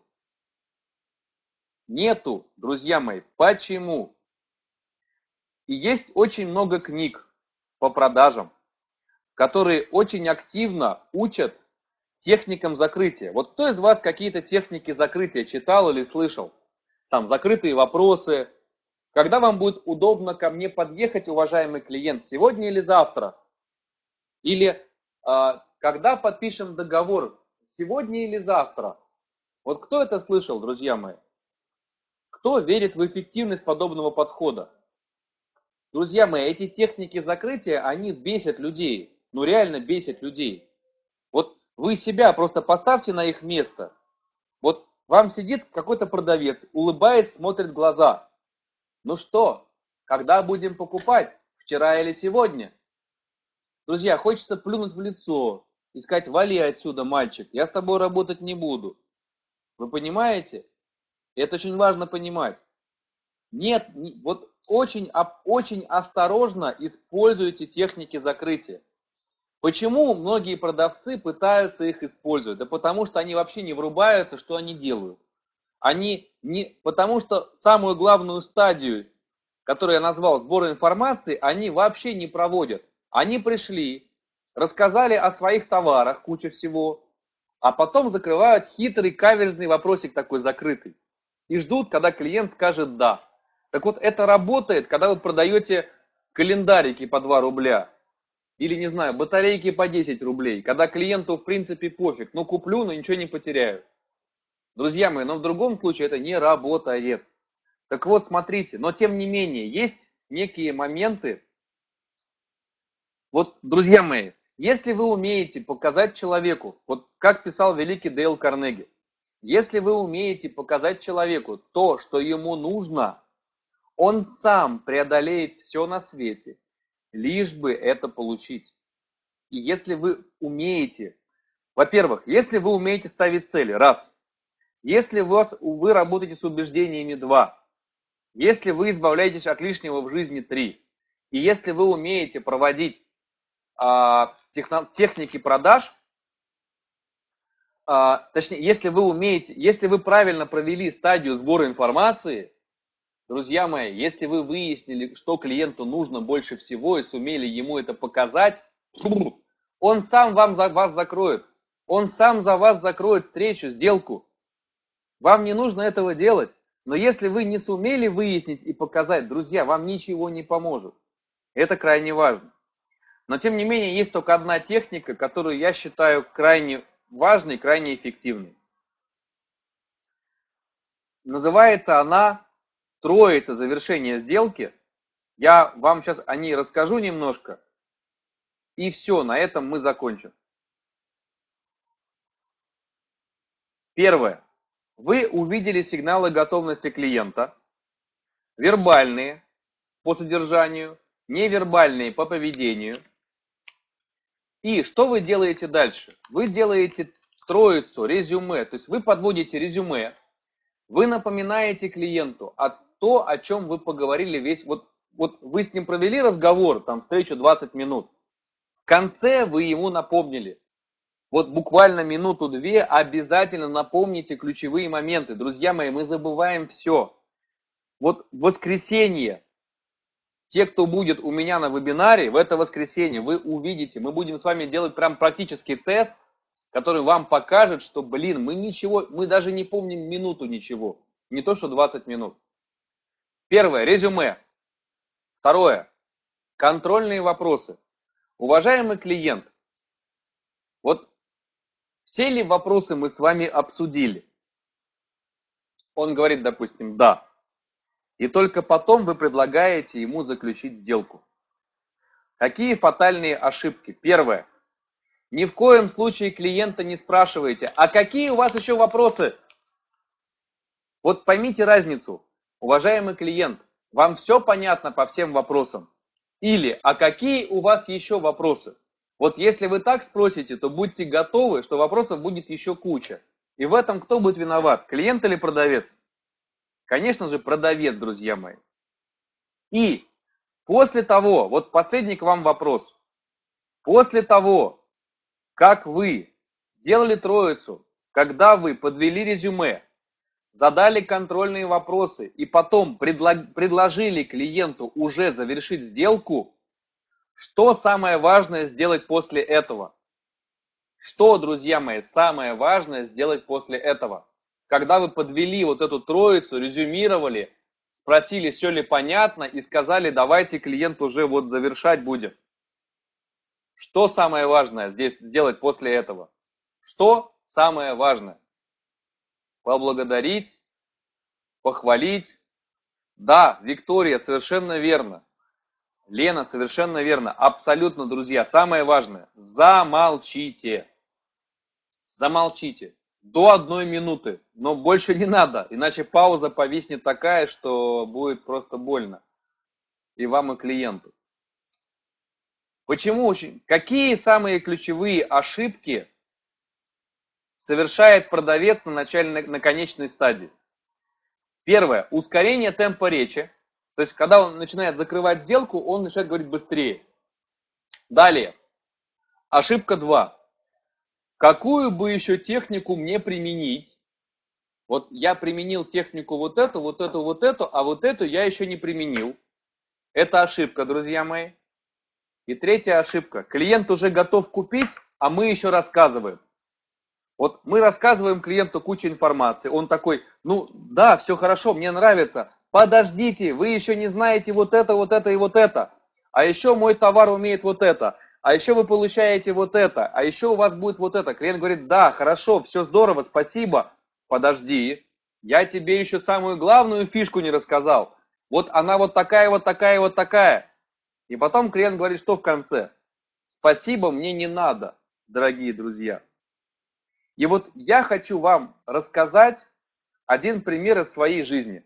Нету, друзья мои. Почему? И есть очень много книг по продажам, которые очень активно учат техникам закрытия. Вот кто из вас какие-то техники закрытия читал или слышал? Там закрытые вопросы. Когда вам будет удобно ко мне подъехать, уважаемый клиент, сегодня или завтра? Или э, когда подпишем договор, сегодня или завтра? Вот кто это слышал, друзья мои? Кто верит в эффективность подобного подхода? Друзья мои, эти техники закрытия, они бесят людей. Ну реально бесят людей. Вот вы себя просто поставьте на их место. Вот вам сидит какой-то продавец, улыбаясь, смотрит в глаза. Ну что, когда будем покупать? Вчера или сегодня? Друзья, хочется плюнуть в лицо и сказать, вали отсюда, мальчик, я с тобой работать не буду. Вы понимаете? Это очень важно понимать. Нет, вот очень, очень осторожно используйте техники закрытия. Почему многие продавцы пытаются их использовать? Да потому что они вообще не врубаются, что они делают. Они не, потому что самую главную стадию, которую я назвал сбор информации, они вообще не проводят. Они пришли, рассказали о своих товарах, куча всего, а потом закрывают хитрый каверзный вопросик такой закрытый. И ждут, когда клиент скажет «да». Так вот, это работает, когда вы продаете календарики по два рубля. Или, не знаю, батарейки по десять рублей. Когда клиенту, в принципе, пофиг. Ну, куплю, но ничего не потеряю. Друзья мои, но в другом случае это не работает. Так вот, смотрите, но тем не менее, есть некие моменты. Вот, друзья мои, если вы умеете показать человеку, вот как писал великий Дейл Карнеги, если вы умеете показать человеку то, что ему нужно, он сам преодолеет все на свете, лишь бы это получить. И если вы умеете, во-первых, если вы умеете ставить цели, раз. Если вы, вы работаете с убеждениями, два. Если вы избавляетесь от лишнего в жизни, три. И если вы умеете проводить а, техно, техники продаж, а, точнее, если вы умеете, если вы правильно провели стадию сбора информации, друзья мои, если вы выяснили, что клиенту нужно больше всего и сумели ему это показать, он сам вам за вас закроет. Он сам за вас закроет встречу, сделку. Вам не нужно этого делать. Но если вы не сумели выяснить и показать, друзья, вам ничего не поможет. Это крайне важно. Но тем не менее, есть только одна техника, которую я считаю крайне важной, крайне эффективной. Называется она «Троица завершения сделки». Я вам сейчас о ней расскажу немножко. И все, на этом мы закончим. Первое. Вы увидели сигналы готовности клиента, вербальные по содержанию невербальные по поведению. И что вы делаете дальше? Вы делаете троицу, резюме, то есть вы подводите резюме, вы напоминаете клиенту о то, о чем вы поговорили весь, вот, вот вы с ним провели разговор, там встречу двадцать минут, в конце вы ему напомнили. Вот буквально минуту-две обязательно напомните ключевые моменты. Друзья мои, мы забываем все. Вот в воскресенье, те, кто будет у меня на вебинаре, в это воскресенье вы увидите, мы будем с вами делать прям практический тест, который вам покажет, что, блин, мы ничего, мы даже не помним минуту ничего. Не то, что двадцать минут. Первое, резюме. Второе, контрольные вопросы. Уважаемый клиент, вот все ли вопросы мы с вами обсудили? Он говорит, допустим, да. И только потом вы предлагаете ему заключить сделку. Какие фатальные ошибки? Первое. Ни в коем случае клиента не спрашивайте, а какие у вас еще вопросы? Вот поймите разницу. Уважаемый клиент, вам все понятно по всем вопросам? Или, а какие у вас еще вопросы? Вот если вы так спросите, то будьте готовы, что вопросов будет еще куча. И в этом кто будет виноват? Клиент или продавец? Конечно же, продавец, друзья мои. И после того, вот последний к вам вопрос. После того, как вы сделали троицу, когда вы подвели резюме, задали контрольные вопросы и потом предло- предложили клиенту уже завершить сделку, что самое важное сделать после этого? Что, друзья мои, самое важное сделать после этого? Когда вы подвели вот эту троицу, резюмировали, спросили, все ли понятно, и сказали, давайте клиент уже вот завершать будем. Что самое важное здесь сделать после этого? Что самое важное? Поблагодарить, похвалить. Да, Виктория, совершенно верно. Лена, совершенно верно. Абсолютно, друзья. Самое важное, замолчите. Замолчите. До одной минуты. Но больше не надо. Иначе пауза повиснет такая, что будет просто больно. И вам, и клиенту. Почему очень? Какие самые ключевые ошибки совершает продавец на начальной, на конечной стадии? Первое. Ускорение темпа речи. То есть, когда он начинает закрывать сделку, он начинает говорить быстрее. Далее. Ошибка два. Какую бы еще технику мне применить? Вот я применил технику вот эту, вот эту, вот эту, а вот эту я еще не применил. Это ошибка, друзья мои. И третья ошибка. Клиент уже готов купить, а мы еще рассказываем. Вот мы рассказываем клиенту кучу информации. Он такой, ну да, все хорошо, мне нравится. Подождите, вы еще не знаете вот это, вот это и вот это. А еще мой товар умеет вот это. А еще вы получаете вот это. А еще у вас будет вот это. Клиент говорит, да, хорошо, все здорово, спасибо. Подожди, я тебе еще самую главную фишку не рассказал. Вот она вот такая, вот такая, вот такая. И потом клиент говорит, что в конце? Спасибо, мне не надо, дорогие друзья. И вот я хочу вам рассказать один пример из своей жизни.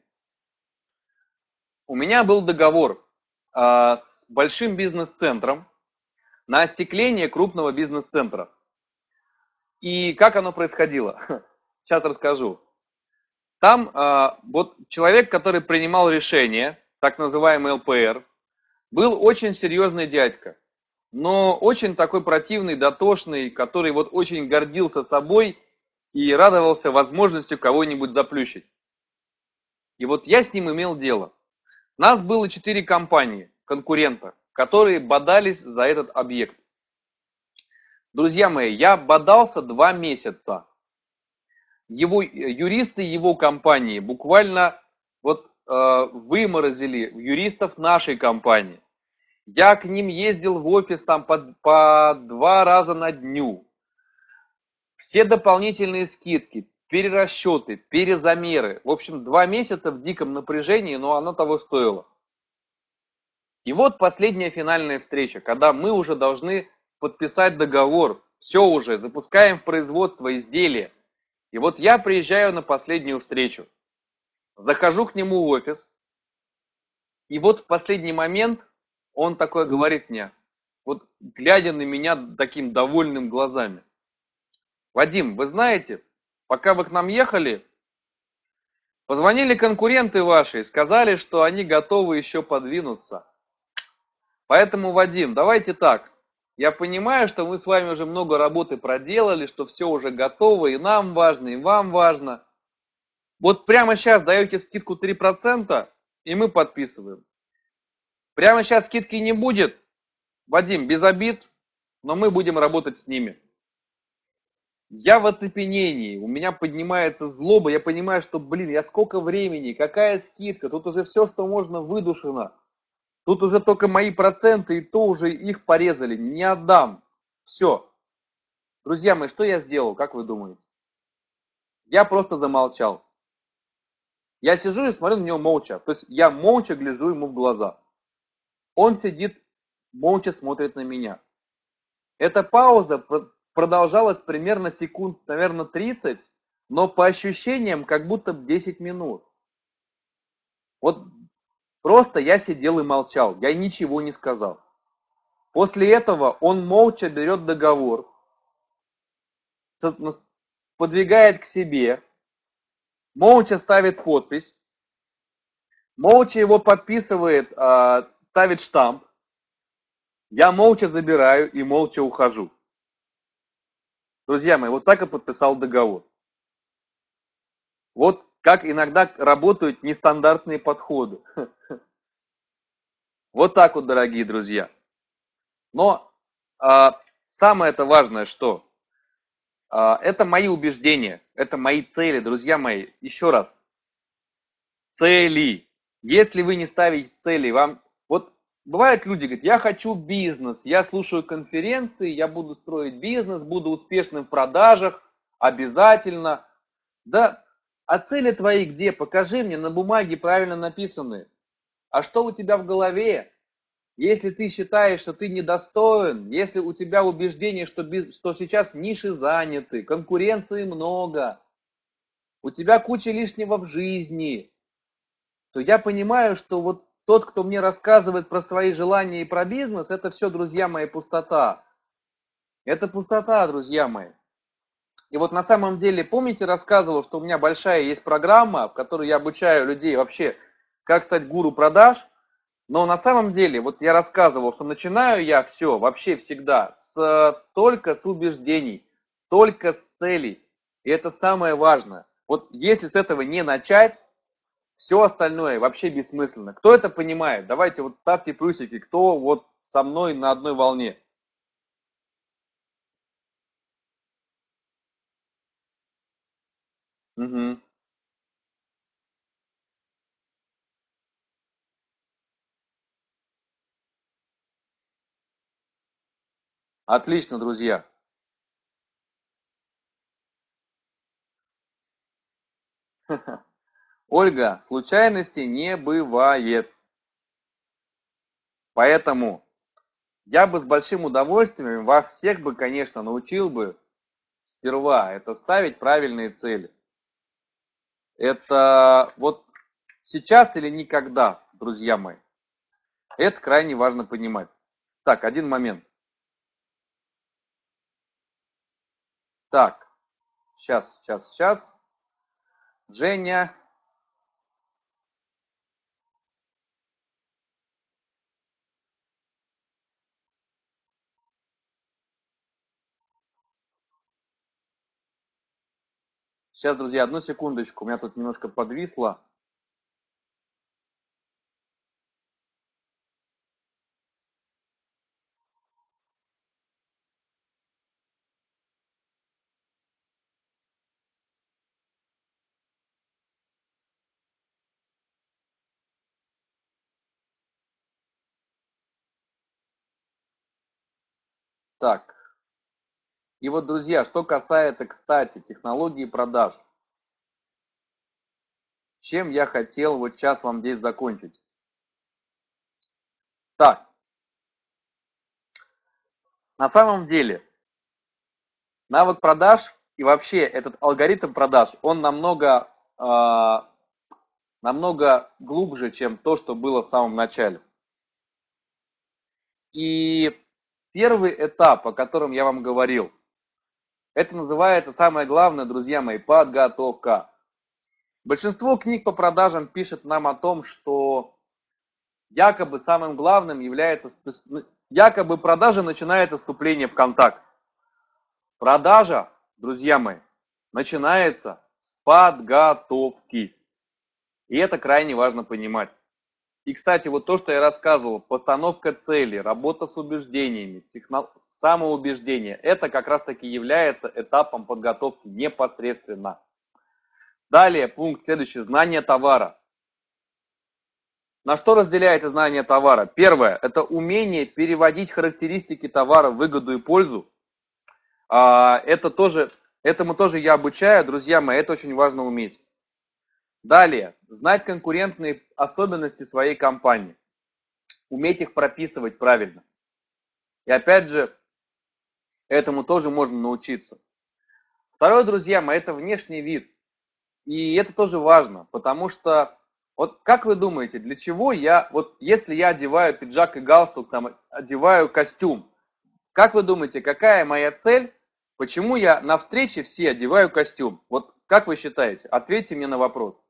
У меня был договор э, с большим бизнес-центром на остекление крупного бизнес-центра. И как оно происходило? Сейчас расскажу. Там э, вот человек, который принимал решение, так называемый эл пэ эр, был очень серьезный дядька, но очень такой противный, дотошный, который вот очень гордился собой и радовался возможности кого-нибудь заплющить. И вот я с ним имел дело. Нас было четыре компании, конкурента, которые бодались за этот объект. Друзья мои, я бодался два месяца. Его, юристы его компании буквально вот э, выморозили юристов нашей компании. Я к ним ездил в офис там по, по два раза на дню. Все дополнительные скидки, перерасчеты, перезамеры. В общем, два месяца в диком напряжении, но оно того стоило. И вот последняя финальная встреча, когда мы уже должны подписать договор. Все уже, запускаем в производство изделия. И вот я приезжаю на последнюю встречу. Захожу к нему в офис. И вот в последний момент Он такой говорит мне, вот глядя на меня таким довольным глазами: Вадим, вы знаете, пока вы к нам ехали, позвонили конкуренты ваши и сказали, что они готовы еще подвинуться. Поэтому, Вадим, давайте так. Я понимаю, что мы с вами уже много работы проделали, что все уже готово, и нам важно, и вам важно. Вот прямо сейчас даете скидку три процента, и мы подписываем. Прямо сейчас скидки не будет, Вадим, без обид, но мы будем работать с ними. Я в оцепенении, у меня поднимается злоба, я понимаю, что, блин, я сколько времени, какая скидка, тут уже все, что можно, выдушено. Тут уже только мои проценты, и то уже их порезали, не отдам. Все. Друзья мои, что я сделал, как вы думаете? Я просто замолчал. Я сижу и смотрю на него молча. То есть я молча гляжу ему в глаза. Он сидит, молча смотрит на меня. Эта пауза продолжалась примерно секунд, наверное, тридцать, но по ощущениям как будто десять минут. Вот просто я сидел и молчал, я ничего не сказал. После этого он молча берет договор, подвигает к себе, молча ставит подпись, молча его подписывает, ставит штамп. Я молча забираю и молча ухожу. Друзья мои, вот так я подписал договор. Вот как иногда работают нестандартные подходы. Вот так вот, дорогие друзья. Но а, самое это важное, что а, это мои убеждения, это мои цели, друзья мои. Еще раз. Цели. Если вы не ставите цели, вам... Вот бывают люди, говорят, я хочу бизнес, я слушаю конференции, я буду строить бизнес, буду успешным в продажах, обязательно. Да, а цели твои где? Покажи мне на бумаге правильно написанные. А что у тебя в голове? Если ты считаешь, что ты недостоин, если у тебя убеждение, что, без, что сейчас ниши заняты, конкуренции много, у тебя куча лишнего в жизни, то я понимаю, что вот тот, кто мне рассказывает про свои желания и про бизнес, это все, друзья мои, пустота. Это пустота, друзья мои. И вот на самом деле, помните, рассказывал, что у меня большая есть программа, в которой я обучаю людей вообще, как стать гуру продаж. Но на самом деле, вот я рассказывал, что начинаю я все, вообще всегда, с, только с убеждений, только с целей. И это самое важное. Вот если с этого не начать, все остальное вообще бессмысленно. Кто это понимает? Давайте вот ставьте плюсики, кто вот со мной на одной волне. Угу. Отлично, друзья. Ольга, случайностей не бывает. Поэтому я бы с большим удовольствием вас всех бы, конечно, научил бы сперва это ставить правильные цели. Это вот сейчас или никогда, друзья мои. Это крайне важно понимать. Так, один момент. Так, сейчас, сейчас, сейчас. Женя. Сейчас, друзья, одну секундочку. У меня тут немножко подвисло. Так. И вот, друзья, что касается, кстати, технологии продаж. Чем я хотел вот сейчас вам здесь закончить. Так. На самом деле, навык продаж и вообще этот алгоритм продаж, он намного, э, намного глубже, чем то, что было в самом начале. И первый этап, о котором я вам говорил, это называется, самое главное, друзья мои, подготовка. Большинство книг по продажам пишет нам о том, что якобы самым главным является, якобы продажа начинается с вступления в контакт. Продажа, друзья мои, начинается с подготовки. И это крайне важно понимать. И, кстати, вот то, что я рассказывал, постановка цели, работа с убеждениями, техно... самоубеждение, это как раз-таки является этапом подготовки непосредственно. Далее, пункт следующий, знание товара. На что разделяется знание товара? Первое, это умение переводить характеристики товара в выгоду и пользу. Это тоже, этому тоже я обучаю, друзья мои, это очень важно уметь. Далее, знать конкурентные особенности своей компании. Уметь их прописывать правильно. И опять же, этому тоже можно научиться. Второе, друзья мои, это внешний вид. И это тоже важно, потому что, вот как вы думаете, для чего я, вот если я одеваю пиджак и галстук, там, одеваю костюм, как вы думаете, какая моя цель? Почему я на встрече все одеваю костюм? Вот как вы считаете? Ответьте мне на вопрос.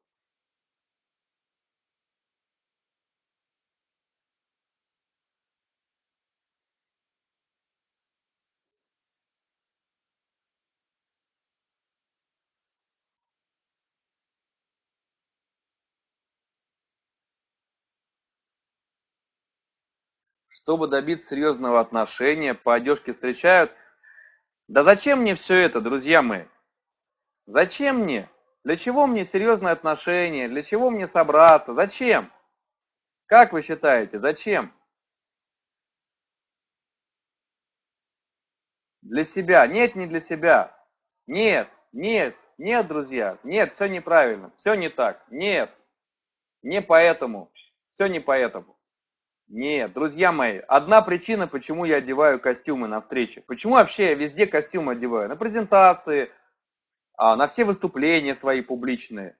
Чтобы добиться серьезного отношения, по одежке встречают. Да зачем мне все это, друзья мои? Зачем мне? Для чего мне серьезные отношения? Для чего мне собраться? Зачем? Как вы считаете, зачем? Для себя. Нет, не для себя. Нет, нет, нет, друзья. Нет, все неправильно. Все не так. Нет, не поэтому. Все не поэтому. Нет, друзья мои, одна причина, почему я одеваю костюмы на встрече. Почему вообще я везде костюмы одеваю? На презентации, на все выступления свои публичные.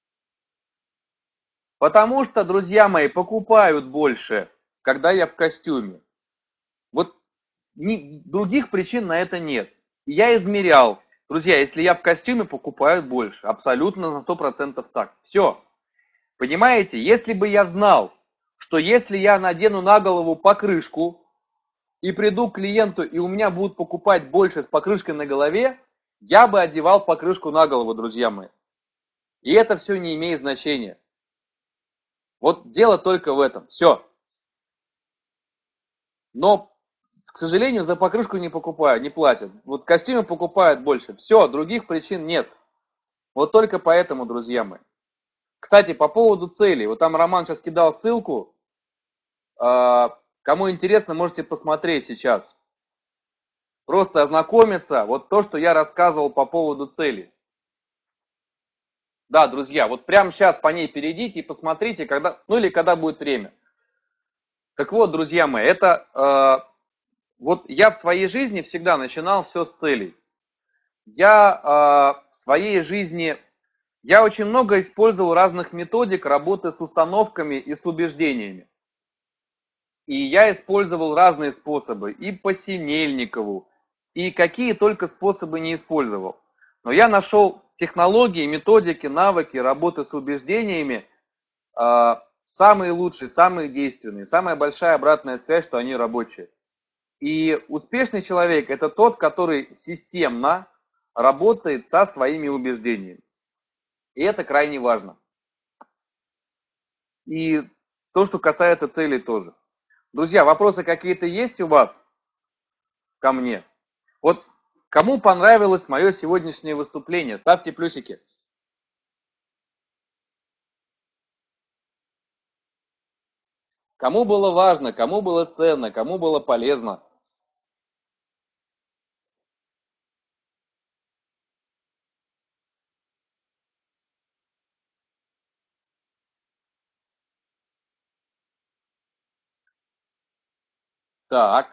Потому что, друзья мои, покупают больше, когда я в костюме. Вот ни, других причин на это нет. И я измерял. Друзья, если я в костюме, покупают больше. Абсолютно на сто процентов так. Все. Понимаете, если бы я знал, что если я надену на голову покрышку и приду к клиенту, и у меня будут покупать больше с покрышкой на голове, я бы одевал покрышку на голову, друзья мои. И это все не имеет значения. Вот дело только в этом. Все. Но, к сожалению, за покрышку не покупают, не платят. Вот костюмы покупают больше. Все, других причин нет. Вот только поэтому, друзья мои. Кстати, по поводу целей. Вот там Роман сейчас кидал ссылку. Кому интересно, можете посмотреть сейчас. Просто ознакомиться. Вот то, что я рассказывал по поводу целей. Да, друзья, вот прямо сейчас по ней перейдите и посмотрите, когда, ну или когда будет время. Так вот, друзья мои, это э, вот я в своей жизни всегда начинал все с целей. Я э, в своей жизни, я очень много использовал разных методик работы с установками и с убеждениями. И я использовал разные способы, и по Синельникову, и какие только способы не использовал. Но я нашел технологии, методики, навыки работы с убеждениями, э, самые лучшие, самые действенные, самая большая обратная связь, что они рабочие. И успешный человек – это тот, который системно работает со своими убеждениями. И это крайне важно. И то, что касается целей тоже. Друзья, вопросы какие-то есть у вас ко мне? Вот кому понравилось мое сегодняшнее выступление? Ставьте плюсики. Кому было важно, кому было ценно, кому было полезно? Так.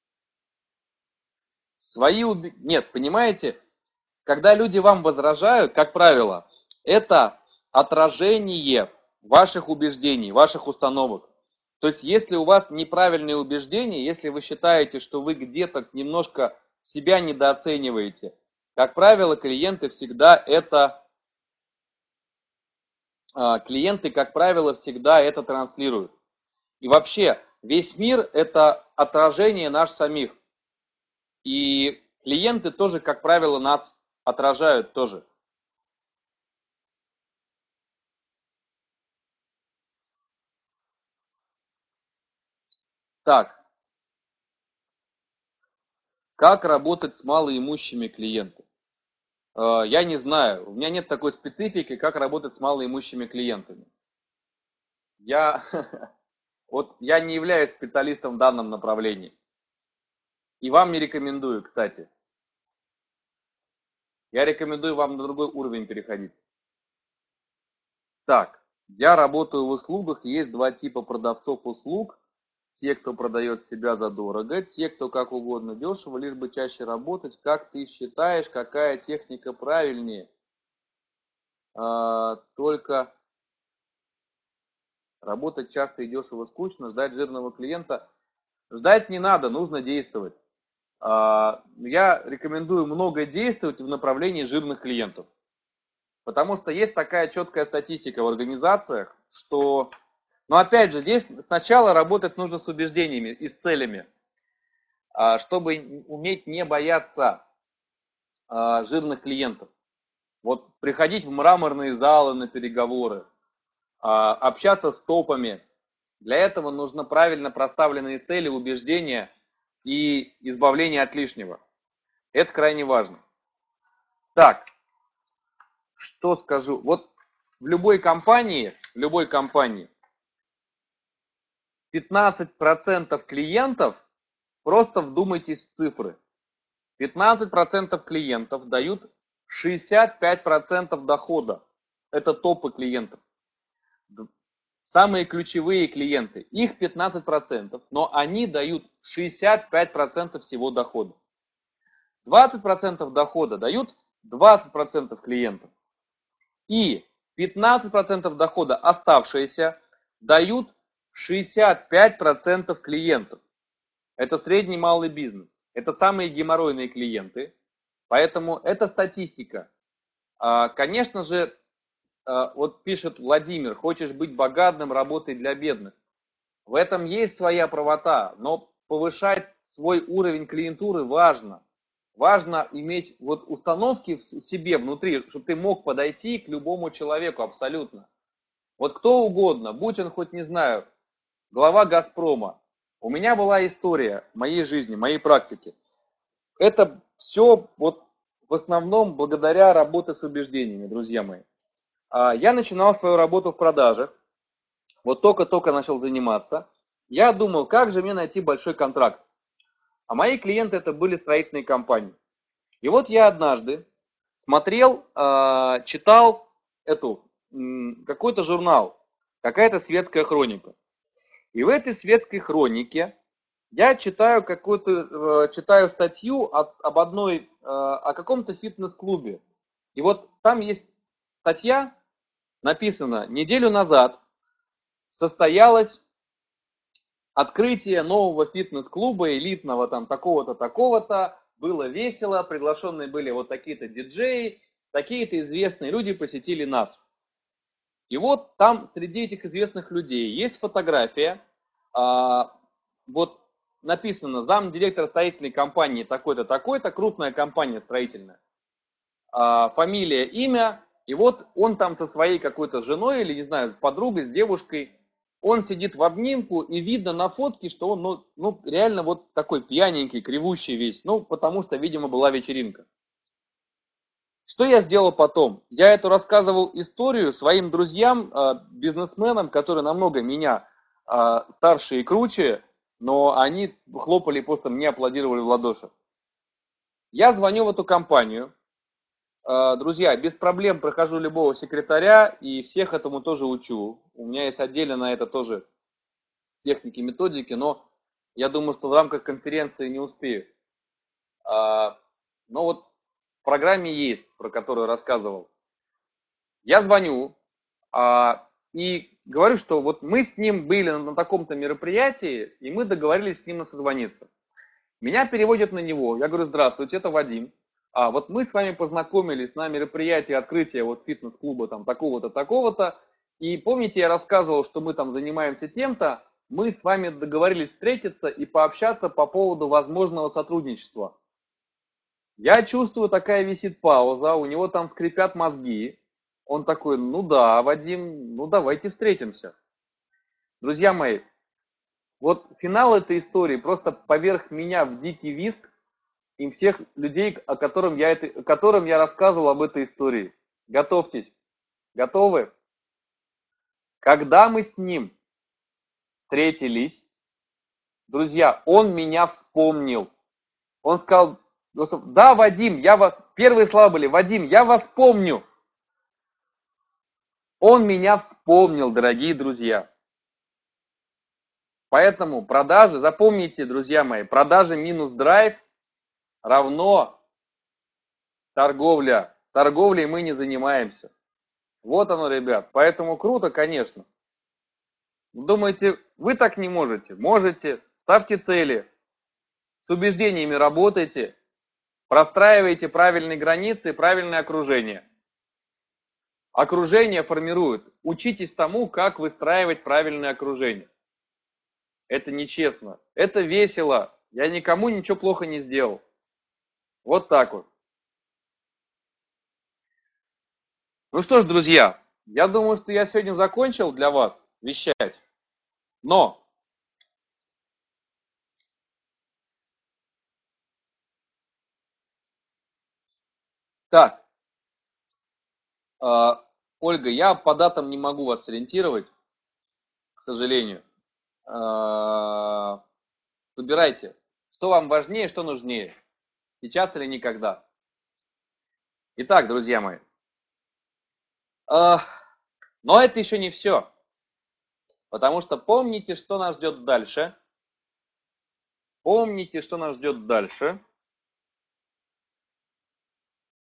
Свои уб... Нет, понимаете, когда люди вам возражают, как правило, это отражение ваших убеждений, ваших установок. То есть, если у вас неправильные убеждения, если вы считаете, что вы где-то немножко себя недооцениваете, как правило, клиенты всегда это, а, клиенты, как правило, всегда это транслируют. И вообще, весь мир это отражение нас самих. И клиенты тоже, как правило, нас отражают тоже. Так, как работать с малоимущими клиентами? Э, Я не знаю, у меня нет такой специфики, как работать с малоимущими клиентами. Я, вот, я не являюсь специалистом в данном направлении. И вам не рекомендую, кстати. Я рекомендую вам на другой уровень переходить. Так, я работаю в услугах, есть два типа продавцов услуг. Те, кто продает себя задорого, те, кто как угодно дешево, лишь бы чаще работать. Как ты считаешь, какая техника правильнее? А, только работать часто и дешево скучно, ждать жирного клиента. Ждать не надо, нужно действовать. А, я рекомендую много действовать в направлении жирных клиентов. Потому что есть такая четкая статистика в организациях, что... Но опять же, здесь сначала работать нужно с убеждениями и с целями, а, чтобы уметь не бояться а, жирных клиентов. Вот приходить в мраморные залы на переговоры, а, общаться с топами. Для этого нужно правильно проставленные цели, убеждения и избавление от лишнего. Это крайне важно. Так, что скажу? Вот в любой компании, в любой компании пятнадцать процентов клиентов, просто вдумайтесь в цифры, пятнадцать процентов клиентов дают шестьдесят пять процентов дохода. Это топы клиентов. Самые ключевые клиенты, их пятнадцать процентов, но они дают шестьдесят пять процентов всего дохода. двадцать процентов дохода дают двадцать процентов клиентов. И пятнадцать процентов дохода оставшиеся дают шестьдесят пять процентов клиентов. Это средний малый бизнес. Это самые геморройные клиенты. Поэтому это статистика. А, Конечно же, а, вот пишет Владимир, хочешь быть богатым, работай для бедных. В этом есть своя правота, но повышать свой уровень клиентуры важно. Важно иметь вот установки в себе внутри, чтобы ты мог подойти к любому человеку абсолютно. Вот кто угодно, будь он хоть, не знаю, глава Газпрома. У меня была история моей жизни, моей практики. Это все вот в основном благодаря работе с убеждениями, друзья мои. А, Я начинал свою работу в продажах, вот только-только начал заниматься. Я думал, как же мне найти большой контракт. А мои клиенты это были строительные компании. И вот я однажды смотрел, а, читал эту, какой-то журнал, какая-то светская хроника. И в этой светской хронике я читаю какую-то, э, читаю статью от, об одной, э, о каком-то фитнес-клубе. И вот там есть статья, написано, неделю назад состоялось открытие нового фитнес-клуба элитного, там такого-то, такого-то, было весело, приглашенные были вот такие-то диджеи, такие-то известные люди посетили нас. И вот там среди этих известных людей есть фотография, а, вот написано замдиректора строительной компании такой-то, такой-то, крупная компания строительная, а, фамилия, имя, и вот он там со своей какой-то женой или, не знаю, с подругой, с девушкой, он сидит в обнимку, и видно на фотке, что он, ну, ну, реально вот такой пьяненький, кривущий весь, ну, потому что, видимо, была вечеринка. Что я сделал потом? Я эту рассказывал историю своим друзьям, э, бизнесменам, которые намного меня э, старше и круче, но они хлопали просто, мне аплодировали в ладоши. Я звоню в эту компанию. Э, Друзья, без проблем прохожу любого секретаря и всех этому тоже учу. У меня есть отдельно на это тоже техники, методики, но я думаю, что в рамках конференции не успею. А, Но вот в программе есть, про которую рассказывал. Я звоню, а и говорю, что вот мы с ним были на таком-то мероприятии, и мы договорились с ним созвониться. Меня переводят на него. Я говорю, здравствуйте, это Вадим. А вот мы с вами познакомились на мероприятии открытия вот фитнес-клуба там такого-то, такого-то. И помните, я рассказывал, что мы там занимаемся тем-то. Мы с вами договорились встретиться и пообщаться по поводу возможного сотрудничества. Я чувствую, такая висит пауза, у него там скрипят мозги. Он такой, ну да, Вадим, ну давайте встретимся. Друзья мои, вот финал этой истории просто поверх меня в дикий визг им всех людей, о котором я, это, которым я рассказывал об этой истории. Готовьтесь. Готовы? Когда мы с ним встретились, друзья, он меня вспомнил. Он сказал, да, Вадим, я вас... Первые слова были, Вадим, я вас помню. Он меня вспомнил, дорогие друзья. Поэтому продажи, запомните, друзья мои, продажи минус драйв равно торговля. Торговлей мы не занимаемся. Вот оно, ребят. Поэтому круто, конечно. Думаете, вы так не можете? Можете. Ставьте цели. С убеждениями работайте. Простраивайте правильные границы и правильное окружение. Окружение формирует. Учитесь тому, как выстраивать правильное окружение. Это нечестно. Это весело. Я никому ничего плохо не сделал. Вот так вот. Ну что ж, друзья, я думаю, что я сегодня закончил для вас вещать. Но так, э, Ольга, я по датам не могу вас сориентировать, к сожалению. Э, выбирайте, что вам важнее, что нужнее. Сейчас или никогда. Итак, друзья мои. Э, но это еще не все. Потому что помните, что нас ждет дальше. Помните, что нас ждет дальше.